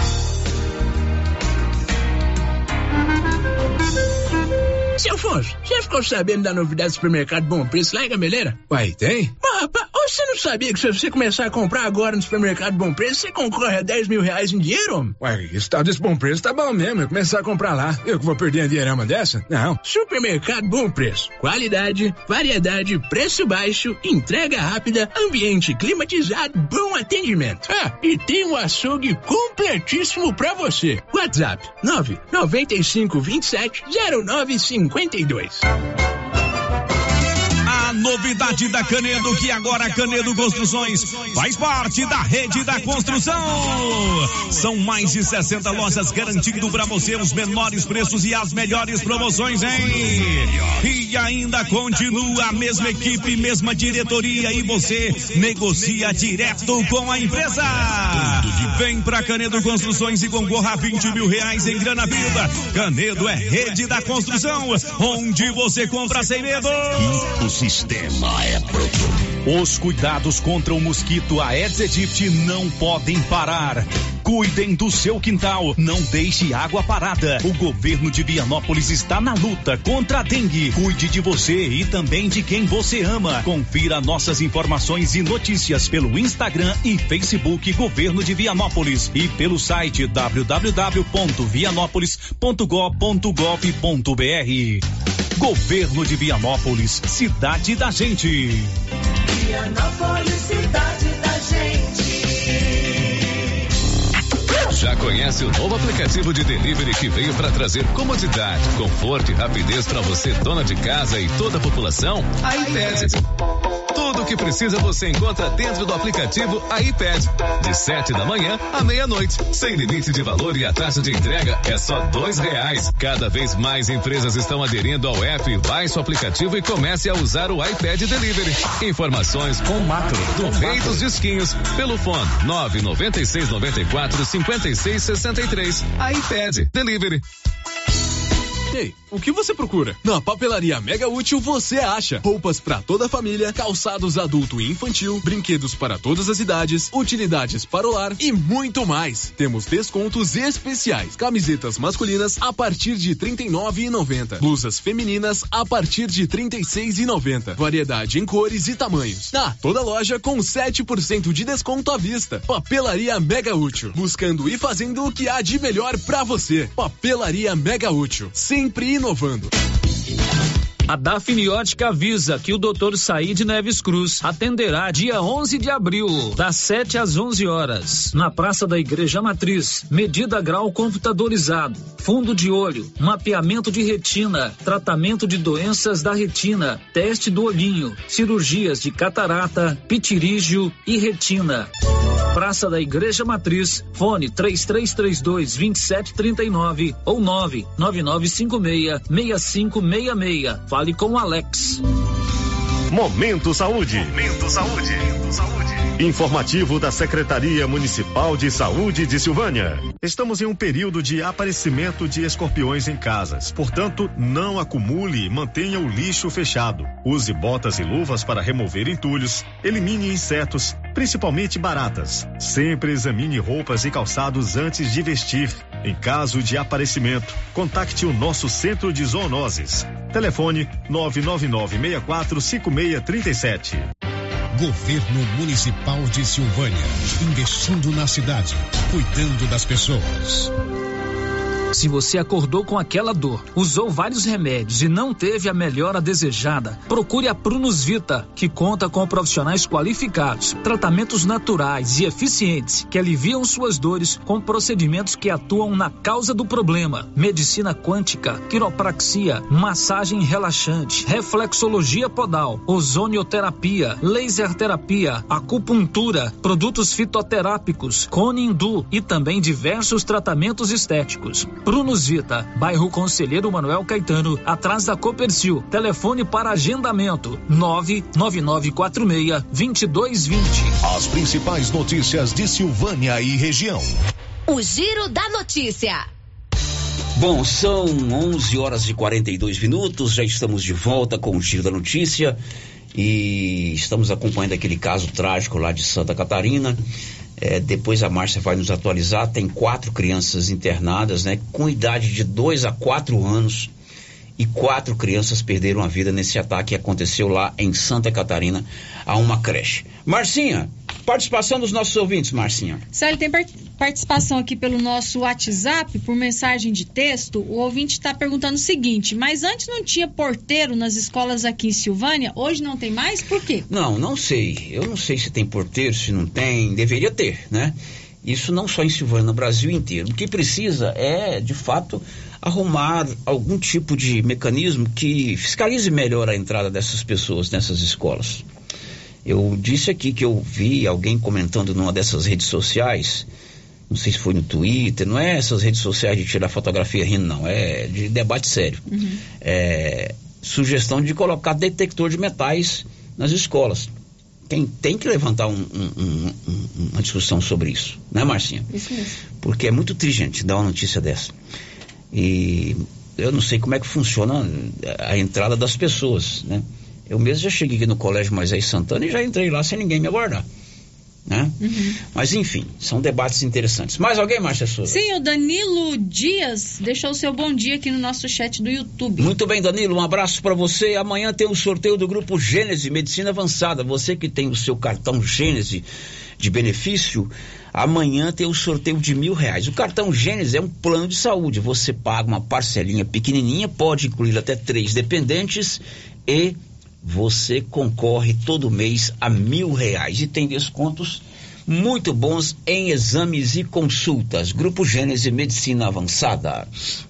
S20: Seu Afonso, você ficou sabendo da novidade do supermercado Bom Preço lá em Gameleira?
S7: Uai, tem?
S20: Mas, rapaz, você não sabia que se você começar a comprar agora no supermercado Bom Preço, você concorre a dez mil reais em dinheiro?
S7: Uai, esse tal desse Bom Preço tá bom mesmo, eu começar a comprar lá. Eu que vou perder a dinheirama dessa? Não.
S20: Supermercado Bom Preço. Qualidade, variedade, preço baixo, entrega rápida, ambiente climatizado, bom atendimento. Ah, e tem um açougue completíssimo pra você. WhatsApp nove nove cinco dois sete zero nove cinco dois.
S21: A novidade da Canedo, que agora a Canedo Construções faz parte da rede da construção. São mais de sessenta lojas garantindo para você os menores preços e as melhores promoções, hein? E ainda continua a mesma equipe, mesma diretoria e você negocia direto com a empresa. Vem pra Canedo Construções e concorra a vinte mil reais em grana viva. Canedo é rede da construção, onde você compra sem medo.
S22: O sistema é pronto.
S21: Os cuidados contra o mosquito Aedes aegypti não podem parar. Cuidem do seu quintal, não deixe água parada. O governo de Vianópolis está na luta contra a dengue. Cuide de você e também de quem você ama. Confira nossas informações e notícias pelo Instagram e Facebook Governo de Vianópolis e pelo site w w w ponto vianópolis ponto gov ponto gov ponto b r. Governo de Vianópolis, cidade da gente.
S19: Vianópolis, cidade da gente.
S17: Já conhece o novo aplicativo de delivery que veio para trazer comodidade, conforto e rapidez para você, dona de casa e toda a população? A iPad. Tudo o que precisa você encontra dentro do aplicativo iPad. De sete da manhã à meia-noite. Sem limite de valor e a taxa de entrega é só dois reais. Cada vez mais empresas estão aderindo ao app. Baixe o aplicativo e comece a usar o iPad Delivery. Informações com Macro, do Rei dos Disquinhos, pelo fone nove nove seis nove quatro cinco seis seis três. iPad Delivery.
S3: Ei, o que você procura? Na Papelaria Mega Útil você acha roupas para toda a família, calçados adulto e infantil, brinquedos para todas as idades, utilidades para o lar e muito mais. Temos descontos especiais. Camisetas masculinas a partir de trinta e nove reais e noventa centavos. Blusas femininas a partir de trinta e seis reais e noventa centavos. Variedade em cores e tamanhos. Ah, toda loja com sete por cento de desconto à vista. Papelaria Mega Útil. Buscando e fazendo o que há de melhor para você. Papelaria Mega Útil. Sempre inovando.
S1: A Dafniótica avisa que o doutor Saíde Neves Cruz atenderá dia onze de abril, das sete às onze horas, na Praça da Igreja Matriz. Medida grau computadorizado, fundo de olho, mapeamento de retina, tratamento de doenças da retina, teste do olhinho, cirurgias de catarata, pitirígio e retina. Praça da Igreja Matriz, fone três três três dois, dois sete três nove ou nove nove nove cinco seis, seis cinco seis seis. Fale com o Alex.
S2: Momento Saúde.
S21: Momento Saúde. Momento Saúde.
S2: Informativo da Secretaria Municipal de Saúde de Silvânia. Estamos em um período de aparecimento de escorpiões em casas. Portanto, não acumule e mantenha o lixo fechado. Use botas e luvas para remover entulhos. Elimine insetos, principalmente baratas. Sempre examine roupas e calçados antes de vestir. Em caso de aparecimento, contacte o nosso centro de zoonoses. Telefone nove nove nove, seis quatro cinco seis três sete.
S23: Governo Municipal de Silvânia, investindo na cidade, cuidando das pessoas.
S1: Se você acordou com aquela dor, usou vários remédios e não teve a melhora desejada, procure a Prunus Vita, que conta com profissionais qualificados, tratamentos naturais e eficientes que aliviam suas dores com procedimentos que atuam na causa do problema. Medicina quântica, quiropraxia, massagem relaxante, reflexologia podal, ozonioterapia, laser terapia, acupuntura, produtos fitoterápicos, cone hindu e também diversos tratamentos estéticos. Prunus Vita, bairro Conselheiro Manuel Caetano, atrás da Copercil. Telefone para agendamento nove nove nove quatro seis, dois dois dois zero.
S23: As principais notícias de Silvânia e região.
S9: O Giro da Notícia.
S5: Bom, são onze horas e quarenta e dois minutos, já estamos de volta com o Giro da Notícia e estamos acompanhando aquele caso trágico lá de Santa Catarina. É, depois a Márcia vai nos atualizar. Tem quatro crianças internadas, né, com idade de dois a quatro anos, e quatro crianças perderam a vida nesse ataque que aconteceu lá em Santa Catarina a uma creche. Marcinha, participação dos nossos ouvintes, Marcinha.
S11: Célio, tem participação aqui pelo nosso WhatsApp, por mensagem de texto. O ouvinte está perguntando o seguinte: mas antes não tinha porteiro nas escolas aqui em Silvânia? Hoje não tem mais? Por quê?
S5: Não, não sei. Eu não sei se tem porteiro, se não tem. Deveria ter, né? Isso não só em Silvânia, no Brasil inteiro. O que precisa é, de fato, arrumar algum tipo de mecanismo que fiscalize melhor a entrada dessas pessoas nessas escolas. Eu disse aqui que eu vi alguém comentando numa dessas redes sociais, não sei se foi no Twitter, não é essas redes sociais de tirar fotografia rindo, não, é de debate sério. Uhum. É, sugestão de colocar detector de metais nas escolas. Tem, tem que levantar um, um, um, um, uma discussão sobre isso, né, Marcinha?
S11: Isso mesmo.
S5: Porque é muito triste, gente, dar uma notícia dessa. E eu não sei como é que funciona a entrada das pessoas, né? Eu mesmo já cheguei aqui no Colégio Moisés Santana e já entrei lá sem ninguém me aguardar, né? Uhum. Mas enfim, são debates interessantes. Mais alguém, Márcia Souza?
S11: Sim, o Danilo Dias deixou o seu bom dia aqui no nosso chat do YouTube.
S5: Muito bem, Danilo, um abraço para você. Amanhã tem o sorteio do Grupo Gênese Medicina Avançada. Você que tem o seu cartão Gênese de benefício, amanhã tem o sorteio de mil reais. O cartão Gênese é um plano de saúde. Você paga uma parcelinha pequenininha, pode incluir até três dependentes e você concorre todo mês a mil reais e tem descontos muito bons em exames e consultas. Grupo Gênese Medicina Avançada.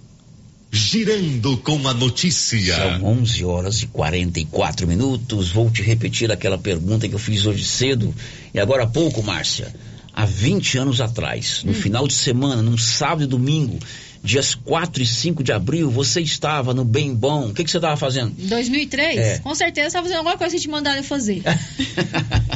S23: Girando com a notícia.
S5: São onze horas e quarenta e quatro minutos. Vou te repetir aquela pergunta que eu fiz hoje cedo e agora há pouco, Márcia. Há vinte anos atrás, no hum. final de semana, num sábado e domingo, dias quatro e cinco de abril, você estava no Bem Bom. O que, que você estava fazendo?
S11: dois mil e três? É. Com certeza estava fazendo alguma coisa que te mandaram fazer.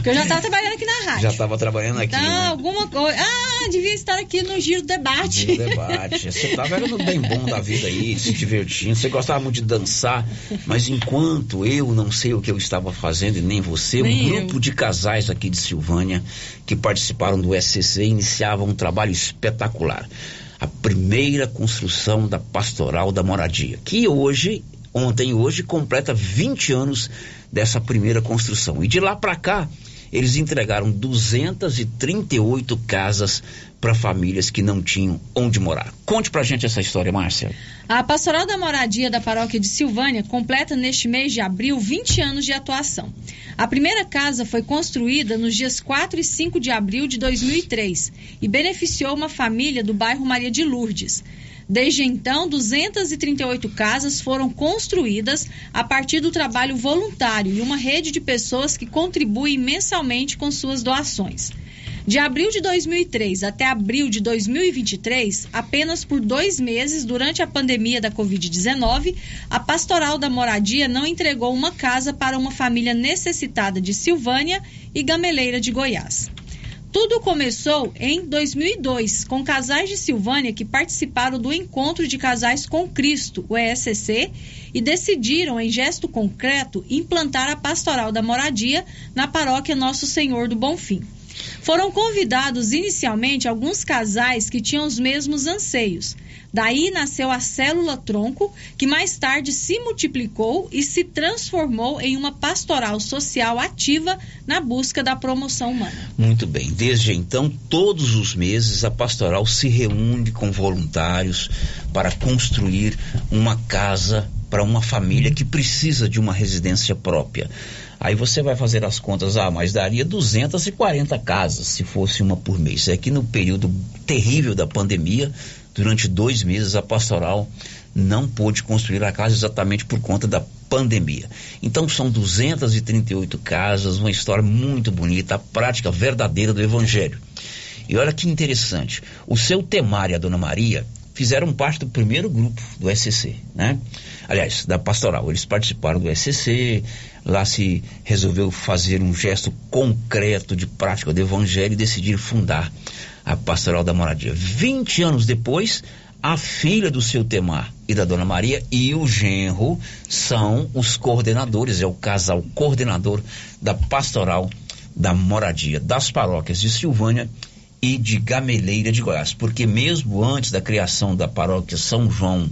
S11: Porque eu já estava trabalhando aqui na rádio.
S5: Já estava trabalhando aqui,
S11: Então,
S5: né?
S11: alguma coisa... Ah, devia estar aqui no Giro Debate.
S5: Giro Debate. Você estava no bem bom da vida aí, se divertindo. Você gostava muito de dançar, mas enquanto eu não sei o que eu estava fazendo e nem você, nem um grupo eu. de casais aqui de Silvânia que participaram do S C C iniciavam um trabalho espetacular. A primeira construção da Pastoral da Moradia, que hoje, ontem e hoje, completa vinte anos dessa primeira construção. E de lá para cá, eles entregaram duzentas e trinta e oito casas para famílias que não tinham onde morar. Conte pra gente essa história, Márcia.
S11: A Pastoral da Moradia da Paróquia de Silvânia completa neste mês de abril vinte anos de atuação. A primeira casa foi construída nos dias quatro e cinco de abril de dois mil e três e beneficiou uma família do bairro Maria de Lourdes. Desde então, duzentas e trinta e oito casas foram construídas a partir do trabalho voluntário e uma rede de pessoas que contribuem mensalmente com suas doações. De abril de dois mil e três até abril de dois mil e vinte e três, apenas por dois meses, durante a pandemia da covid dezenove, a Pastoral da Moradia não entregou uma casa para uma família necessitada de Silvânia e Gameleira de Goiás. Tudo começou em dois mil e dois, com casais de Silvânia que participaram do Encontro de Casais com Cristo, o E S C, e decidiram, em gesto concreto, implantar a Pastoral da Moradia na paróquia Nosso Senhor do Bonfim. Foram convidados inicialmente alguns casais que tinham os mesmos anseios. Daí nasceu a Célula Tronco, que mais tarde se multiplicou e se transformou em uma pastoral social ativa na busca da promoção humana.
S5: Muito bem. Desde então, todos os meses, a pastoral se reúne com voluntários para construir uma casa para uma família que precisa de uma residência própria. Aí você vai fazer as contas, ah, mas daria duzentas e quarenta casas se fosse uma por mês. É que no período terrível da pandemia, durante dois meses, a pastoral não pôde construir a casa exatamente por conta da pandemia. Então são duzentas e trinta e oito casas, uma história muito bonita, a prática verdadeira do Evangelho. E olha que interessante, o seu Temar e a Dona Maria fizeram parte do primeiro grupo do S C C, né? Aliás, da pastoral. Eles participaram do S C C, lá se resolveu fazer um gesto concreto de prática do Evangelho e decidiram fundar a Pastoral da Moradia. vinte anos depois, a filha do seu Temar e da Dona Maria e o genro são os coordenadores, é o casal coordenador da Pastoral da Moradia, das paróquias de Silvânia e de Gameleira de Goiás, porque mesmo antes da criação da paróquia São João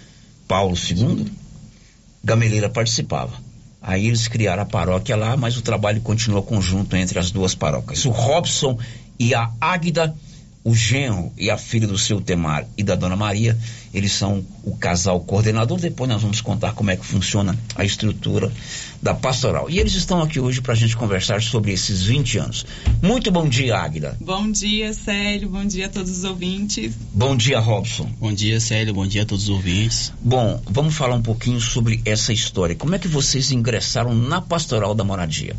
S5: Paulo segundo, Gameleira participava. Aí eles criaram a paróquia lá, mas o trabalho continua conjunto entre as duas paróquias. O Robson e a Águida, o genro e a filha do seu Temar e da Dona Maria, eles são o casal coordenador. Depois nós vamos contar como é que funciona a estrutura da pastoral. E eles estão aqui hoje para a gente conversar sobre esses vinte anos. Muito bom dia, Águida.
S4: Bom dia, Célio. Bom dia a todos os ouvintes.
S5: Bom dia, Robson.
S6: Bom dia, Célio. Bom dia a todos os ouvintes.
S5: Bom, vamos falar um pouquinho sobre essa história. Como é que vocês ingressaram na Pastoral da Moradia?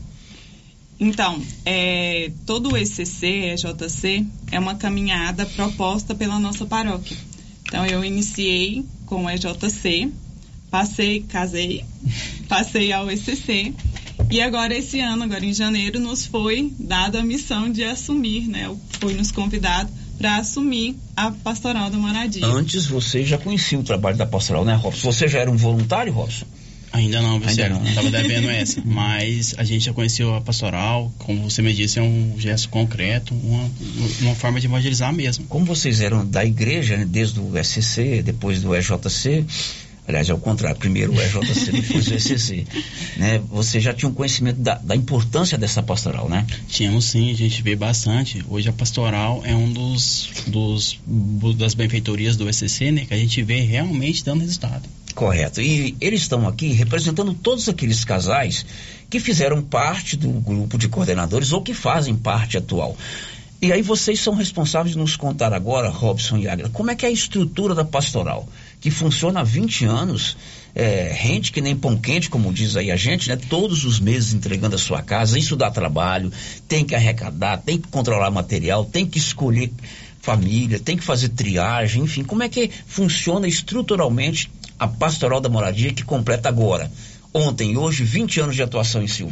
S4: Então, é, todo o E C C, E J C, é uma caminhada proposta pela nossa paróquia. Então, eu iniciei com o E J C, passei, casei, passei ao E C C, e agora esse ano, agora em janeiro, nos foi dada a missão de assumir, né? Foi nos convidado para assumir a Pastoral da Moradia.
S5: Antes você já conhecia o trabalho da Pastoral, né, Robson? Você já era um voluntário, Robson?
S6: Ainda não,
S5: Ainda
S6: não, estava devendo essa, mas a gente já conheceu a pastoral, como você me disse, é um gesto concreto, uma, uma forma de evangelizar mesmo.
S5: Como vocês eram da igreja, né, desde o S C C, depois do E J C, aliás, é o contrário, primeiro o E J C, depois o S C C, né, você já tinha um conhecimento da, da importância dessa pastoral, né?
S6: Tínhamos sim, a gente vê bastante. Hoje a pastoral é um dos, dos das benfeitorias do E C C, né, que a gente vê realmente dando resultado.
S5: Correto. E eles estão aqui representando todos aqueles casais que fizeram parte do grupo de coordenadores ou que fazem parte atual. E aí vocês são responsáveis de nos contar agora, Robson e Águila, como é que é a estrutura da pastoral, que funciona há vinte anos, é, rende que nem pão quente, como diz aí a gente, né? Todos os meses entregando a sua casa. Isso dá trabalho, tem que arrecadar, tem que controlar material, tem que escolher família, tem que fazer triagem, enfim, como é que funciona estruturalmente a Pastoral da Moradia, que completa agora, ontem e hoje, vinte anos de atuação em Silvânia?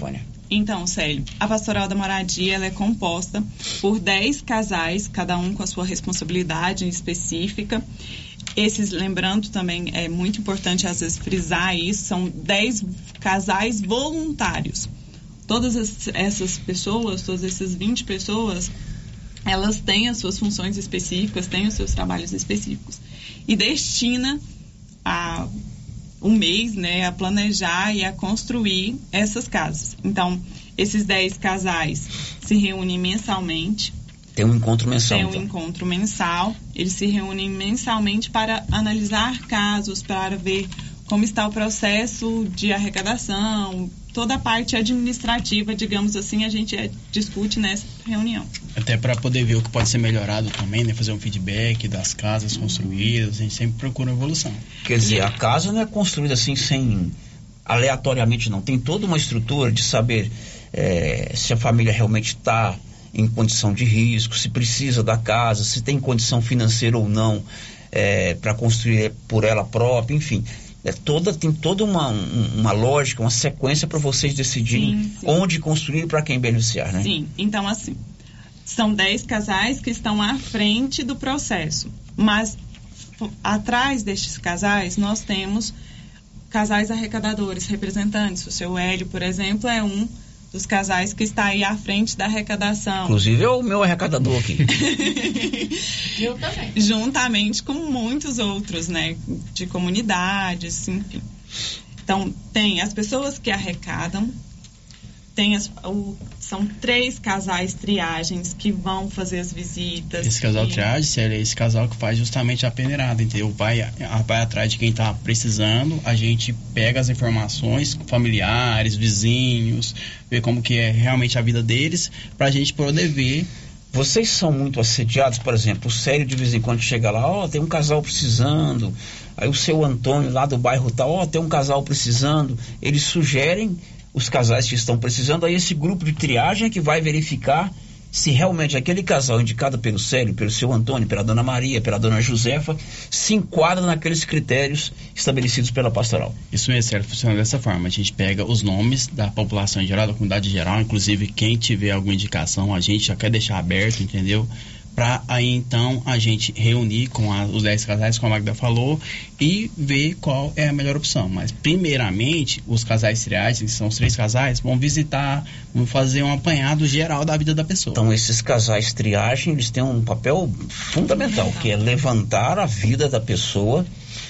S4: Então, Célio, a Pastoral da Moradia ela é composta por dez casais, cada um com a sua responsabilidade específica. Esses, lembrando também, é muito importante às vezes frisar isso, são dez casais voluntários. Todas essas pessoas, todas essas vinte pessoas, elas têm as suas funções específicas, têm os seus trabalhos específicos. E destina a, um mês, né, a planejar e a construir essas casas. Então, esses dez casais se reúnem mensalmente.
S5: Tem um encontro mensal.
S4: Tem um
S5: então.
S4: encontro mensal. Eles se reúnem mensalmente para analisar casos, para ver como está o processo de arrecadação, toda a parte administrativa, digamos assim, a gente é, discute nessa reunião.
S6: Até para poder ver o que pode ser melhorado também, né? Fazer um feedback das casas construídas, a gente sempre procura evolução.
S5: Quer dizer, a casa não é construída assim sem aleatoriamente, não. Tem toda uma estrutura de saber é, se a família realmente está em condição de risco, se precisa da casa, se tem condição financeira ou não é, para construir por ela própria, enfim. É toda, tem toda uma, uma lógica, uma sequência para vocês decidirem sim, sim. onde construir e para quem beneficiar, né?
S4: Sim, então assim, são dez casais que estão à frente do processo, mas atrás destes casais nós temos casais arrecadadores, representantes. O seu Hélio, por exemplo, é um dos casais que está aí à frente da arrecadação.
S5: Inclusive é o meu arrecadador aqui.
S4: Eu também. Juntamente com muitos outros, né? De comunidades, enfim. Então, tem as pessoas que arrecadam, tem as, o, são três casais triagens que vão fazer as visitas.
S6: Esse casal
S4: e...
S6: triagem, é esse casal que faz justamente a peneirada, entendeu? Vai, vai atrás de quem está precisando, a gente pega as informações, familiares, vizinhos, ver como que é realmente a vida deles, para a gente poder ver.
S5: Vocês são muito assediados, por exemplo, o Célio de vez em quando chega lá, ó, oh, tem um casal precisando, aí o seu Antônio lá do bairro tal, ó, oh, tem um casal precisando, eles sugerem os casais que estão precisando, aí esse grupo de triagem é que vai verificar se realmente aquele casal indicado pelo Célio, pelo seu Antônio, pela dona Maria, pela dona Josefa, se enquadra naqueles critérios estabelecidos pela pastoral.
S6: Isso mesmo, Célio, funciona dessa forma. A gente pega os nomes da população em geral, da comunidade geral, inclusive quem tiver alguma indicação, a gente já quer deixar aberto, entendeu? Para aí então a gente reunir com a, os dez casais, como a Magda falou, e ver qual é a melhor opção. Mas primeiramente os casais triagens, que são os três casais, vão visitar, vão fazer um apanhado geral da vida da pessoa.
S5: Então esses casais triagem, eles têm um papel fundamental, que é levantar a vida da pessoa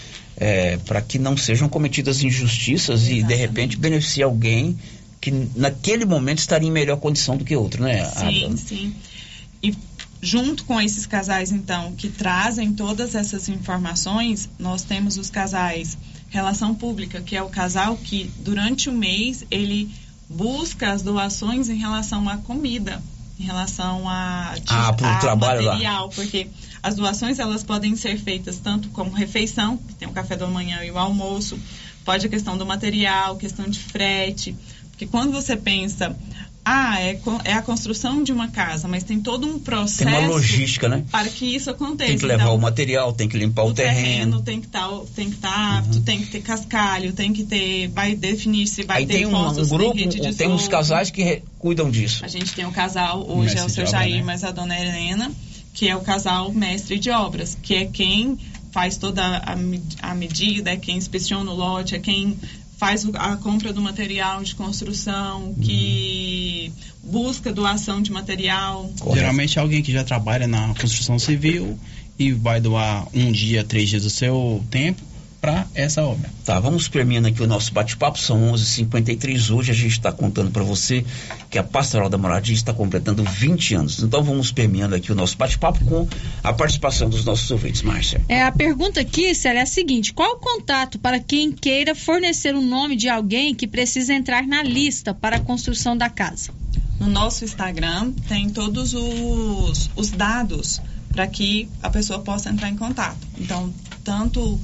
S5: é, para que não sejam cometidas injustiças. Exatamente. E de repente beneficiar alguém que naquele momento estaria em melhor condição do que outro, né?
S4: Sim, sim. E junto com esses casais, então, que trazem todas essas informações, nós temos os casais Relação Pública, que é o casal que, durante o mês, ele busca as doações em relação à comida, em relação a,
S5: ah, pro
S4: a
S5: trabalho
S4: material,
S5: lá.
S4: Porque as doações, elas podem ser feitas tanto como refeição, que tem o café da manhã e o almoço, pode a questão do material, questão de frete, porque quando você pensa... Ah, é, é a construção de uma casa, mas tem todo um processo...
S5: Tem uma logística, né?
S4: Para que isso aconteça.
S5: Tem que levar então, o material, tem que limpar o, o terreno.
S4: terreno. Tem que estar tem que tá apto, uhum. Tem que ter cascalho, tem que ter... Vai definir se vai
S5: Aí
S4: ter
S5: tem
S4: postos,
S5: um, um grupo,
S4: tem rede de
S5: tem uns casais que re, cuidam disso.
S4: A gente tem um casal, hoje mestre é o seu Jair, né? Mas a dona Helena, que é o casal mestre de obras, que é quem faz toda a, a medida, é quem inspeciona o lote, é quem... faz a compra do material de construção, que uhum. busca doação de material.
S6: Correto. Geralmente é alguém que já trabalha na construção civil e vai doar um dia, três dias do seu tempo para essa obra.
S5: Tá, vamos terminando aqui o nosso bate-papo, são onze e cinquenta e três. Hoje a gente está contando para você que a Pastoral da Moradia está completando vinte anos. Então vamos terminando aqui o nosso bate-papo com a participação dos nossos ouvintes, Márcia.
S11: É, a pergunta aqui, Célia, é a seguinte: qual o contato para quem queira fornecer o nome de alguém que precisa entrar na lista para a construção da casa?
S4: No nosso Instagram tem todos os, os dados para que a pessoa possa entrar em contato. Então, tanto...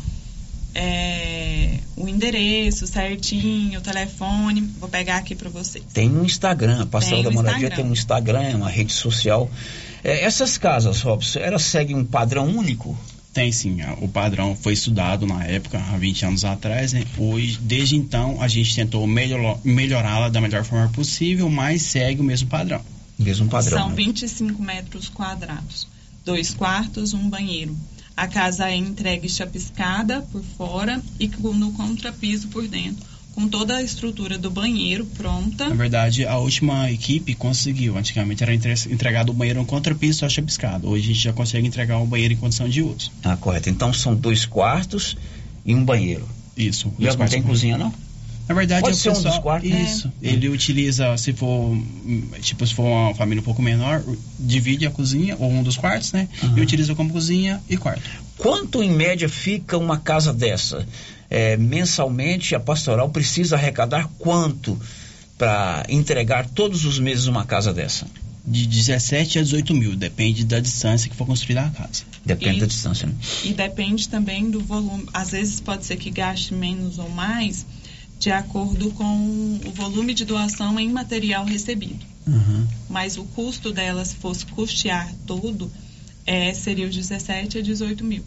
S4: É, o endereço certinho, o telefone, vou pegar aqui para você.
S5: Tem um Instagram, a Pastoral da Moradia
S4: Instagram.
S5: Tem um Instagram, uma rede social. É, essas casas, Robson, elas seguem um padrão único?
S6: Tem sim, o padrão foi estudado na época, há vinte anos atrás, né? Hoje, desde então, a gente tentou melhor, melhorá-la da melhor forma possível, mas segue o mesmo padrão.
S5: Mesmo padrão.
S4: São
S5: né?
S4: vinte e cinco metros quadrados, dois quartos, um banheiro. A casa é entregue chapiscada por fora e com, no contrapiso por dentro, com toda a estrutura do banheiro pronta.
S6: Na verdade, a última equipe conseguiu. Antigamente era entregado o banheiro no contrapiso só chapiscado. Hoje a gente já consegue entregar o banheiro em condição de uso.
S5: Ah, correto. Então são dois quartos e um banheiro.
S6: Isso.
S5: Já não tem cozinha, não?
S6: Na verdade,
S5: pode
S6: é
S5: ser
S6: pessoal,
S5: um dos quartos.
S6: Isso. É. Ele utiliza, se for, tipo, se for uma família um pouco menor, divide a cozinha, ou um dos quartos, né? Uhum. E utiliza como cozinha e quarto.
S5: Quanto, em média, fica uma casa dessa? É, mensalmente, a pastoral precisa arrecadar quanto para entregar todos os meses uma casa dessa?
S6: De dezessete a dezoito mil, depende da distância que for construída a casa.
S5: Depende
S4: e,
S5: da distância, né?
S4: E depende também do volume. Às vezes pode ser que gaste menos ou mais, de acordo com o volume de doação em material recebido.
S5: Uhum.
S4: Mas o custo dela, se fosse custear tudo, é, seria os dezessete a dezoito mil.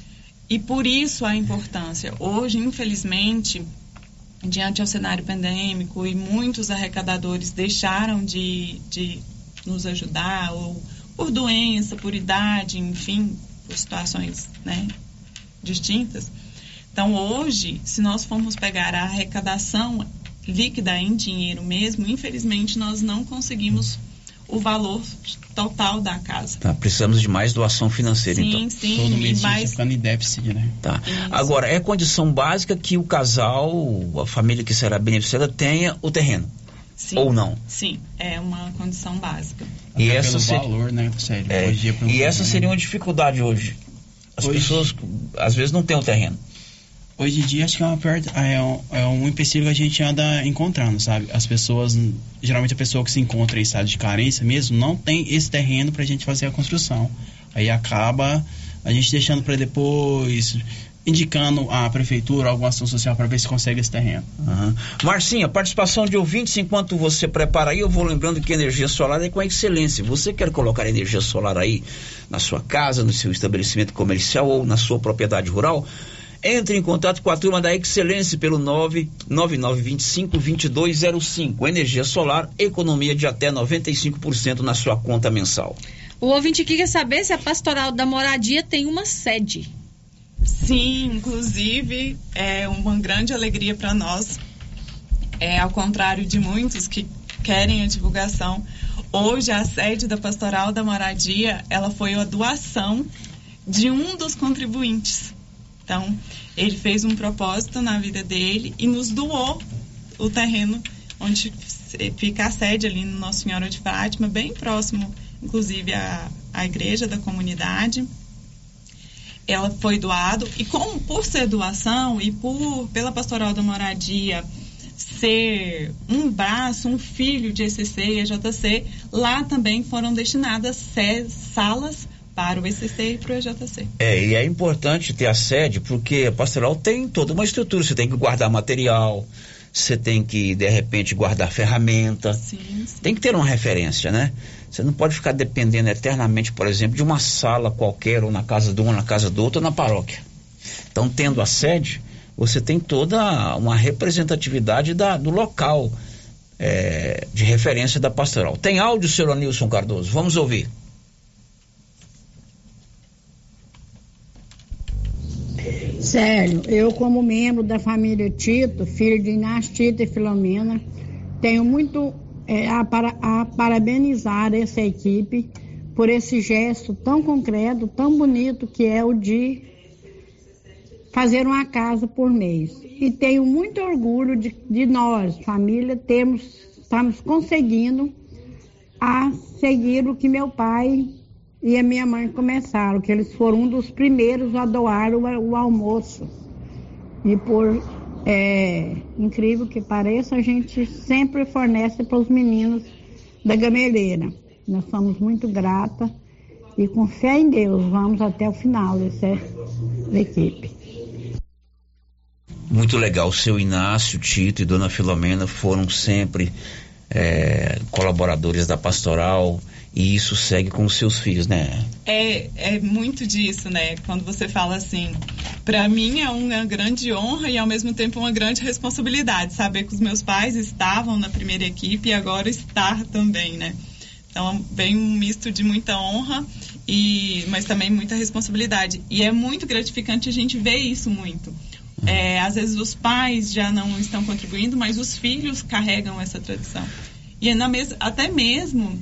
S4: E por isso a importância. Hoje, infelizmente, diante ao cenário pandêmico, e muitos arrecadadores deixaram de, de nos ajudar, ou por doença, por idade, enfim, por situações, né, distintas. Então, hoje, se nós formos pegar a arrecadação líquida em dinheiro mesmo, infelizmente, nós não conseguimos o valor total da casa.
S5: Tá, precisamos de mais doação financeira,
S4: sim,
S5: então.
S4: Sim,
S6: Todo mês
S4: mais...
S6: a gente ficando em déficit, né?
S5: Tá. Agora, é condição básica que o casal, a família que será beneficiada, tenha o terreno?
S4: Sim,
S5: ou não?
S4: Sim, é uma condição básica.
S5: E
S6: Até
S5: essa
S6: pelo
S5: ser...
S6: valor, né, sério,
S5: é,
S6: hoje é
S5: E essa seria uma dificuldade hoje. As hoje... pessoas, às vezes, não têm o terreno.
S6: Hoje em dia, acho que é, uma, é, um, é um empecilho que a gente anda encontrando, sabe? As pessoas, geralmente a pessoa que se encontra em estado de carência mesmo, não tem esse terreno pra gente fazer a construção. Aí acaba a gente deixando para depois, indicando a prefeitura, alguma ação social para ver se consegue esse terreno.
S5: Uhum. Marcinha, participação de ouvintes, enquanto você prepara aí, eu vou lembrando que energia solar é com a excelência. Você quer colocar energia solar aí na sua casa, no seu estabelecimento comercial ou na sua propriedade rural? Entre em contato com a turma da Excelência pelo nove nove nove dois cinco dois dois zero cinco. Energia solar, economia de até noventa e cinco por cento na sua conta mensal.
S11: O ouvinte aqui quer saber se a Pastoral da Moradia tem uma sede.
S4: Sim, inclusive é uma grande alegria para nós. É, ao contrário de muitos que querem a divulgação, hoje a sede da Pastoral da Moradia, ela foi a doação de um dos contribuintes. Então, ele fez um propósito na vida dele e nos doou o terreno onde fica a sede ali no Nossa Senhora de Fátima, bem próximo, inclusive, à, à igreja da comunidade. Ela foi doado e como por ser doação e por pela Pastoral da Moradia ser um braço, um filho de E C C e E J C, lá também foram destinadas salas para o E C C e para o E J C.
S5: É, e é importante ter a sede, porque a pastoral tem toda uma estrutura, você tem que guardar material, você tem que, de repente, guardar ferramenta,
S4: sim, sim.
S5: Tem que ter uma referência, né? Você não pode ficar dependendo eternamente, por exemplo, de uma sala qualquer, ou na casa de um, ou na casa do outro, ou na paróquia. Então, tendo a sede, você tem toda uma representatividade da, do local é, de referência da pastoral. Tem áudio, senhor Anilson Cardoso? Vamos ouvir.
S8: Sério, eu como membro da família Tito, filho de Inácio Tito e Filomena, tenho muito é, a, para, a parabenizar essa equipe por esse gesto tão concreto, tão bonito que é o de fazer uma casa por mês. E tenho muito orgulho de, de nós, família, termos, estamos conseguindo a seguir o que meu pai e a minha mãe começaram, que eles foram um dos primeiros a doar o, o almoço. E por é, incrível que pareça, a gente sempre fornece para os meninos da gameleira. Nós somos muito gratas e com fé em Deus vamos até o final dessa equipe.
S5: Muito legal, o seu Inácio, Tito e Dona Filomena foram sempre é, colaboradores da pastoral, e isso segue com os seus filhos, né?
S4: É, é muito disso, né? Quando você fala assim, para mim é uma grande honra e ao mesmo tempo uma grande responsabilidade saber que os meus pais estavam na primeira equipe e agora estar também, né? Então vem um misto de muita honra, e, mas também muita responsabilidade. E é muito gratificante a gente ver isso muito. É, às vezes os pais já não estão contribuindo, mas os filhos carregam essa tradição. E é na mes- até mesmo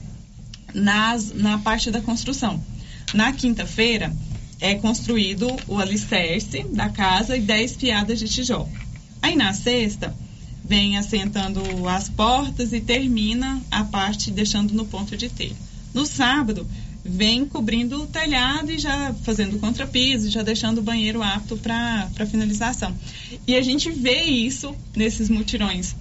S4: nas, na parte da construção. Na quinta-feira é construído o alicerce da casa e dez piadas de tijolo. Aí na sexta vem assentando as portas e termina a parte deixando no ponto de telha. No sábado vem cobrindo o telhado e já fazendo contrapiso, já deixando o banheiro apto para finalização. E a gente vê isso nesses mutirões.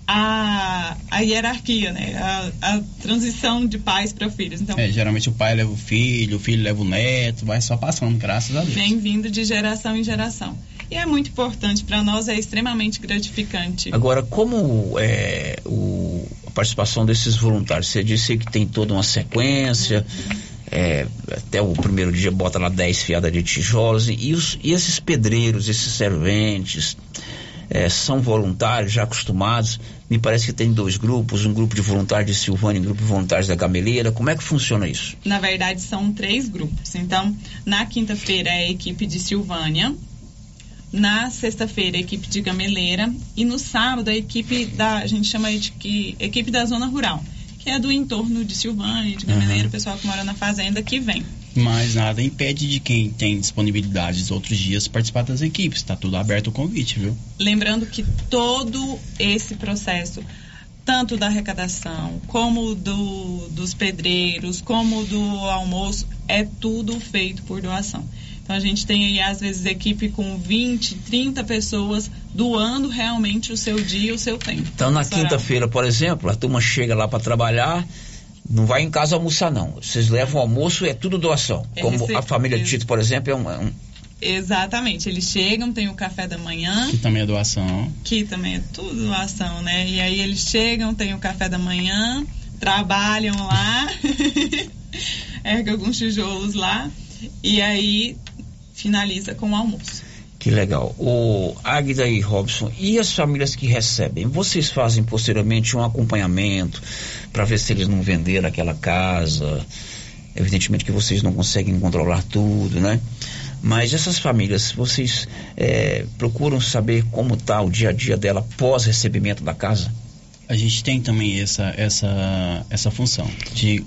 S4: A, a hierarquia, né? A, a transição de pais para filhos. Então,
S6: é, geralmente o pai leva o filho, o filho leva o neto, vai só passando, graças a Deus.
S4: Vem vindo de geração em geração. E é muito importante para nós, é extremamente gratificante.
S5: Agora, como é o, a participação desses voluntários? Você disse que tem toda uma sequência, é, até o primeiro dia bota lá dez fiadas de tijolos, e, os, e esses pedreiros, esses serventes, é, são voluntários, já acostumados? Me parece que tem dois grupos, um grupo de voluntários de Silvânia e um grupo de voluntários da Gameleira. Como é que funciona isso?
S4: Na verdade, são três grupos. Então, na quinta-feira é a equipe de Silvânia, na sexta-feira a equipe de Gameleira e no sábado a equipe da, a gente chama de que, equipe da zona rural, que é do entorno de Silvânia, de Gameleira, uhum. O pessoal que mora na fazenda que vem.
S6: Mas nada impede de quem tem disponibilidade nos outros dias participar das equipes. Está tudo aberto o convite, viu?
S4: Lembrando que todo esse processo, tanto da arrecadação, como do, dos pedreiros, como do almoço, é tudo feito por doação. Então a gente tem aí às vezes equipe com vinte, trinta pessoas doando realmente o seu dia, o seu tempo.
S5: Então na quinta-feira, por exemplo, a turma chega lá para trabalhar, não vai em casa almoçar não. Vocês levam o almoço, é tudo doação. É Como rece... a família de Tito, por exemplo, é um, é um...
S4: Exatamente, eles chegam, tem o café da manhã.
S6: Que também é doação.
S4: Que também é tudo doação, né? E aí eles chegam, tem o café da manhã, trabalham lá, ergam alguns tijolos lá, e aí finaliza com o almoço.
S5: Que legal. O Águida e Robson, e as famílias que recebem? Vocês fazem posteriormente um acompanhamento para ver se eles não venderam aquela casa? Evidentemente que vocês não conseguem controlar tudo, né? Mas essas famílias, vocês é, procuram saber como está o dia a dia dela pós recebimento da casa?
S6: A gente tem também essa, essa, essa função de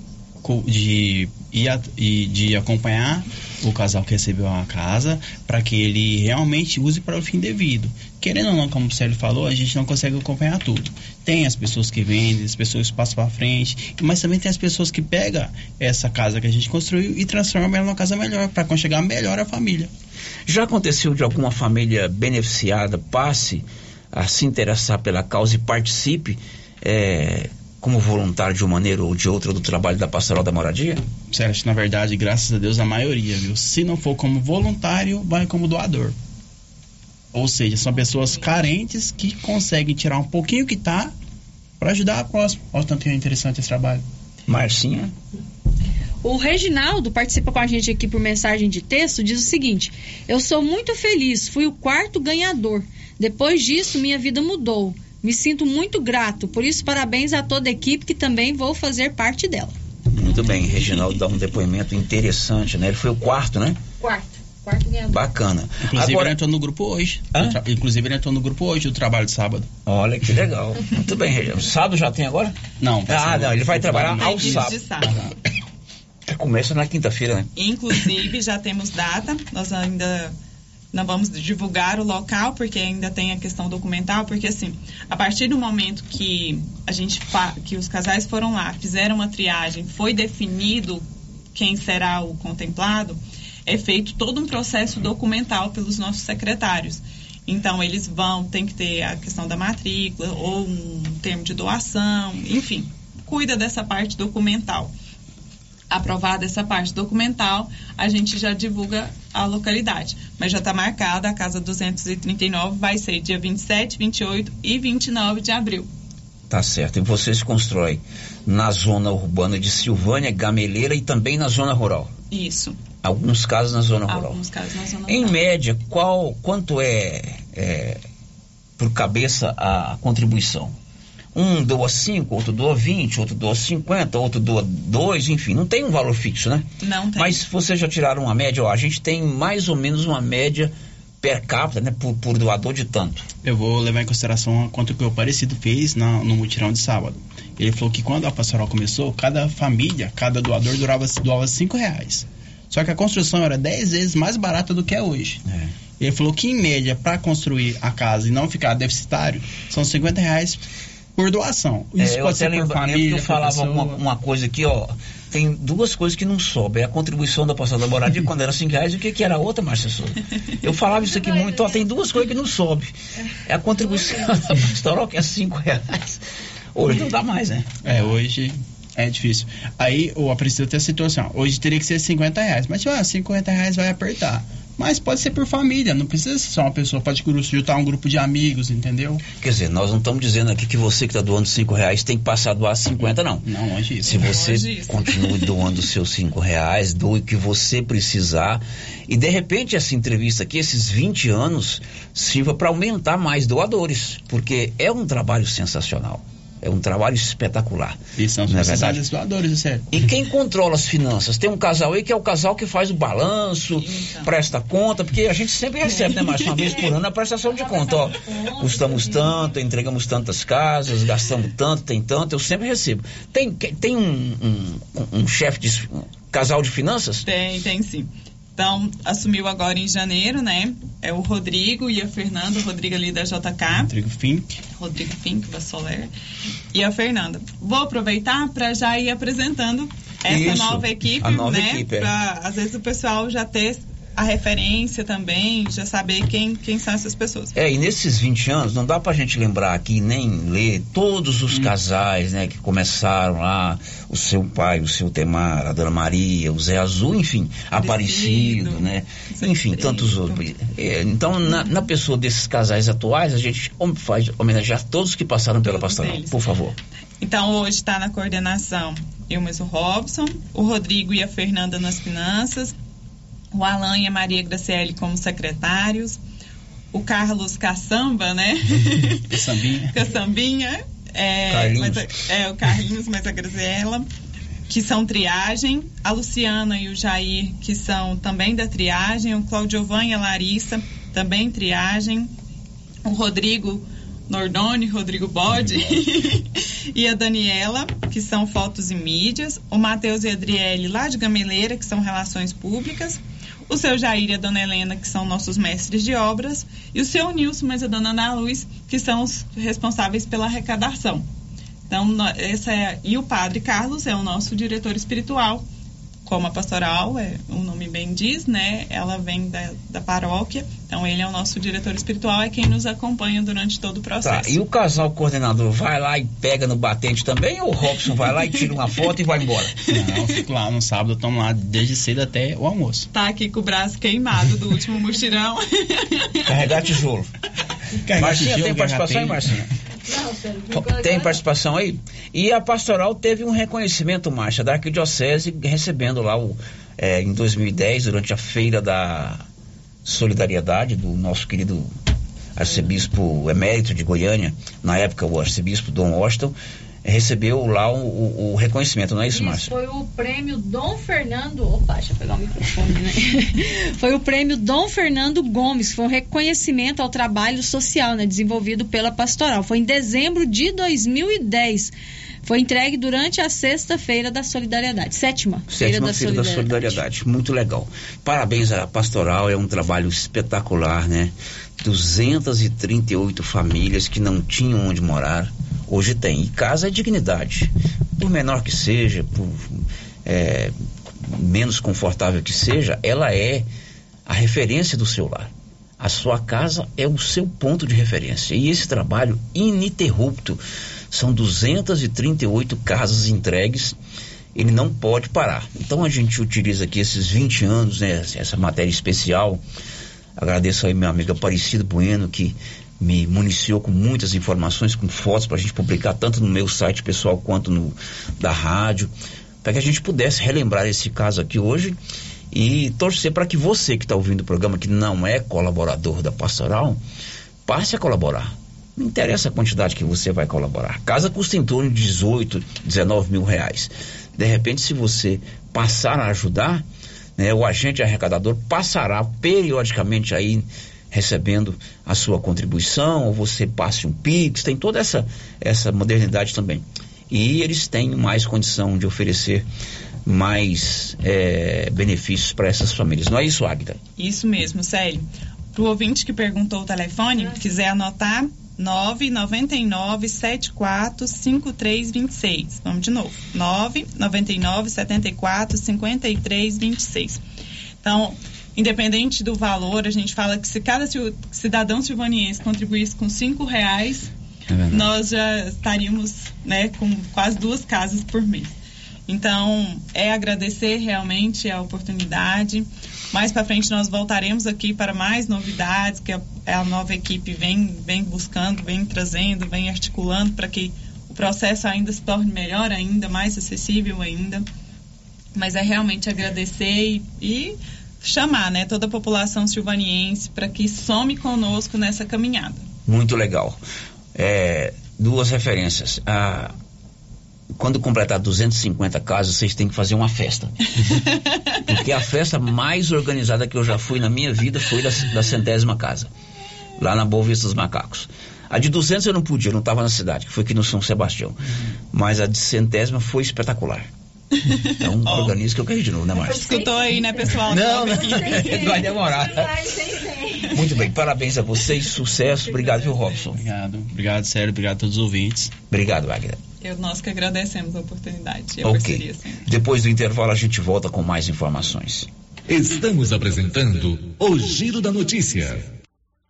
S6: de ir de acompanhar o casal que recebeu a casa para que ele realmente use para o fim devido. Querendo ou não, como o Célio falou, a gente não consegue acompanhar tudo. Tem as pessoas que vendem, as pessoas que passam para frente, mas também tem as pessoas que pegam essa casa que a gente construiu e transformam ela numa casa melhor, para aconchegar melhor a família.
S5: Já aconteceu de alguma família beneficiada passe a se interessar pela causa e participe é, como voluntário de uma maneira ou de outra do trabalho da Pastoral da Moradia?
S6: Sérgio, na verdade, graças a Deus, a maioria, viu? Se não for como voluntário, vai como doador. Ou seja, são pessoas carentes que conseguem tirar um pouquinho que tá para ajudar a próxima. Olha o tanto que é interessante esse trabalho.
S5: Marcinha?
S11: O Reginaldo participa com a gente aqui por mensagem de texto, diz o seguinte: eu sou muito feliz, fui o quarto ganhador. Depois disso, minha vida mudou. Me sinto muito grato, por isso parabéns a toda a equipe que também vou fazer parte dela.
S5: Muito bem, Reginaldo dá um depoimento interessante, né? Ele foi o quarto, né?
S11: Quarto, quarto ganhador.
S5: Bacana.
S6: Inclusive Agora... ele entrou no grupo hoje. Tra... Inclusive ele entrou no grupo hoje, o trabalho de sábado.
S5: Olha que legal. Muito bem, Reginaldo. Sábado já tem agora?
S6: Não.
S5: Ah, não, ele vai trabalhar ao sábado.
S4: De sábado.
S5: Começa na quinta-feira, né?
S4: Inclusive já temos data, nós ainda... não vamos divulgar o local, porque ainda tem a questão documental, porque assim, a partir do momento que a gente fa- que os casais foram lá, fizeram uma triagem, foi definido quem será o contemplado, é feito todo um processo documental pelos nossos secretários. Então, eles vão, tem que ter a questão da matrícula, ou um termo de doação, enfim, cuida dessa parte documental. Aprovada essa parte documental, a gente já divulga a localidade. Mas já está marcada, a casa duzentos e trinta e nove vai ser dia vinte e sete, vinte e oito e vinte e nove de abril.
S5: Tá certo. E vocês constroem na zona urbana de Silvânia, Gameleira e também na zona rural?
S4: Isso.
S5: Alguns casos na zona rural.
S4: Alguns casos na zona
S5: Em
S4: rural.
S5: média, qual, quanto é, é por cabeça a contribuição? Um doa cinco, outro doa vinte, outro doa cinquenta, outro doa dois, enfim, não tem um valor fixo, né?
S4: Não tem.
S5: Mas vocês já tiraram uma média, ó, a gente tem mais ou menos uma média per capita, né, por, por doador de tanto.
S6: Eu vou levar em consideração quanto que o Aparecido fez na, no mutirão de sábado. Ele falou que quando a pastoral começou, cada família, cada doador doava, doava cinco reais. Só que a construção era dez vezes mais barata do que é hoje.
S5: É.
S6: Ele falou que em média, para construir a casa e não ficar deficitário, são cinquenta reais por doação. Isso
S5: é,
S6: pode ser por família,
S5: eu falava uma, uma coisa aqui, ó, tem duas coisas que não sobem, é a contribuição da pastoral da moradia quando era cinco reais, e o que que era a outra, Márcia Souza? Eu falava isso aqui muito, ó, tem duas coisas que não sobem, é a contribuição da pastoral, que é cinco reais, hoje não dá mais, né?
S6: É, hoje é difícil. Aí o Aparecido até citou assim, ó, hoje teria que ser cinquenta reais, mas ah, cinquenta reais vai apertar. Mas pode ser por família, não precisa ser só uma pessoa, pode juntar um grupo de amigos, entendeu?
S5: Quer dizer, nós não estamos dizendo aqui que você que está doando cinco reais tem que passar a doar cinquenta, não.
S6: Não, longe disso.
S5: Se você
S6: Longe
S5: continue doando os seus cinco reais, doe o que você precisar, e de repente essa entrevista aqui, esses vinte anos, sirva para aumentar mais doadores, porque é um trabalho sensacional. É um trabalho espetacular.
S6: E são os necessários doadores, é sério.
S5: E quem controla as finanças? Tem um casal aí que é o casal que faz o balanço, então. presta conta, porque a gente sempre recebe, né, Márcio? Uma vez por ano a prestação de conta, ó. Custamos tanto, entregamos tantas casas, gastamos tanto, tem tanto, eu sempre recebo. Tem, tem um, um, um chefe de um casal de finanças?
S4: Tem, tem sim. Então, assumiu agora em janeiro, né? É o Rodrigo e a Fernanda, o Rodrigo ali da J K.
S6: Rodrigo Fink.
S4: Rodrigo Fink, da Soler. E a Fernanda. Vou aproveitar para já ir apresentando essa
S5: Isso,
S4: nova equipe,
S5: a nova
S4: né?
S5: Equipe, é.
S4: Pra, às vezes o pessoal já ter a referência também, já saber quem, quem são essas pessoas.
S5: É, e nesses vinte anos, não dá pra gente lembrar aqui, nem ler todos os hum. casais, né, que começaram lá, o seu pai, o seu Temar, a Dona Maria, o Zé Azul, enfim, Aparecido, Aparecido né, enfim, tantos outros. É, então, na, na pessoa desses casais atuais, a gente faz homenagear todos que passaram pela pastoral, deles. Por favor.
S4: Então, hoje está na coordenação eu mesmo, o Robson, o Rodrigo e a Fernanda nas finanças, o Alan e a Maria Graciele como secretários, o Carlos Caçamba, né?
S6: Caçambinha.
S4: Caçambinha. É,
S5: Carlinhos.
S4: Mas, é, o Carlinhos, mas a Graziela, que são triagem, a Luciana e o Jair, que são também da triagem, o Claudiovan e a Larissa, também triagem, o Rodrigo Nordoni, Rodrigo Bode e a Daniela, que são fotos e mídias, o Matheus e a Adriele lá de Gameleira, que são relações públicas, o seu Jair e a dona Helena, que são nossos mestres de obras, e o seu Nilson, mas a dona Ana Luz, que são os responsáveis pela arrecadação. Então, essa é, e o padre Carlos é o nosso diretor espiritual, como a pastoral, é, o nome bem diz, né? Ela vem da, da paróquia, então ele é o nosso diretor espiritual, é quem nos acompanha durante todo o processo.
S5: Tá, e o casal coordenador vai lá e pega no batente também, ou o Robson vai lá e tira uma foto e vai embora?
S6: Não, eu fico lá no sábado, estamos lá desde cedo até o almoço.
S4: Tá aqui com o braço queimado do último mutirão.
S5: Carregar tijolo.
S6: Carregar
S5: Marcinha,
S6: tijolo,
S5: tem participação aí, Marcinha?
S11: Não,
S5: tem participação aí? E a pastoral teve um reconhecimento, Márcia, da Arquidiocese, recebendo lá o, é, em dois mil e dez, durante a Feira da Solidariedade, do nosso querido arcebispo emérito de Goiânia, na época o arcebispo Dom Washington, recebeu lá o, o, o reconhecimento, não é isso, Márcia?
S11: Foi o prêmio Dom Fernando, opa, deixa eu pegar o microfone, né? Foi o prêmio Dom Fernando Gomes, foi um reconhecimento ao trabalho social, né, desenvolvido pela pastoral. Foi em dezembro de dois mil e dez. Foi entregue durante a sexta-feira da Solidariedade, sétima,
S5: sétima
S11: feira, da,
S5: feira
S11: Solidariedade.
S5: da Solidariedade. Muito legal. Parabéns à pastoral, é um trabalho espetacular, né? duzentas e trinta e oito famílias que não tinham onde morar, hoje tem. E casa é dignidade. Por menor que seja, por é, menos confortável que seja, ela é a referência do seu lar. A sua casa é o seu ponto de referência. E esse trabalho ininterrupto, são duzentas e trinta e oito casas entregues, ele não pode parar. Então a gente utiliza aqui esses vinte anos, né, essa matéria especial. Agradeço aí meu amigo Aparecido Bueno, que me municiou com muitas informações, com fotos para a gente publicar tanto no meu site pessoal quanto no da rádio, para que a gente pudesse relembrar esse caso aqui hoje e torcer para que você que está ouvindo o programa, que não é colaborador da Pastoral, passe a colaborar. Não interessa a quantidade que você vai colaborar. A casa custa em torno de dezoito, dezenove mil reais. De repente, se você passar a ajudar, né, o agente arrecadador passará periodicamente aí recebendo a sua contribuição, ou você passe um Pix, tem toda essa, essa modernidade também. E eles têm mais condição de oferecer mais é, benefícios para essas famílias. Não é isso, Águida?
S4: Isso mesmo, Célio. Para o ouvinte que perguntou o telefone, quiser anotar, nove nove nove, sete quatro cinco três dois seis. Vamos de novo. nove nove nove, sete quatro cinco três dois seis. Então, independente do valor, a gente fala que se cada cidadão silvaniense contribuísse com cinco reais, é nós já estaríamos, né, com quase duas casas por mês. Então, é agradecer realmente a oportunidade. Mais para frente nós voltaremos aqui para mais novidades que a, a nova equipe vem, vem buscando, vem trazendo, vem articulando para que o processo ainda se torne melhor ainda, mais acessível ainda. Mas é realmente agradecer e, e chamar, né, toda a população silvaniense para que some conosco nessa caminhada.
S5: Muito legal. É, duas referências. A, quando completar duzentas e cinquenta casas, vocês têm que fazer uma festa. Porque a festa mais organizada que eu já fui na minha vida foi da, da centésima casa, lá na Boa Vista dos Macacos. A de duzentos eu não podia, eu não estava na cidade, que foi aqui no São Sebastião. Mas a de centésima foi espetacular. Então, oh. organiza que eu quero ir de novo, né, Márcia?
S4: Escutou aí, né, pessoal?
S5: Não, não, vai demorar. Muito bem, parabéns a vocês, sucesso. Obrigado, viu, Robson?
S6: Obrigado, obrigado, Sérgio, obrigado a todos os ouvintes.
S5: Obrigado, Águida.
S4: Eu, nós que agradecemos a oportunidade.
S5: A ok. Depois do intervalo a gente volta com mais informações.
S23: Estamos apresentando o Giro da Notícia.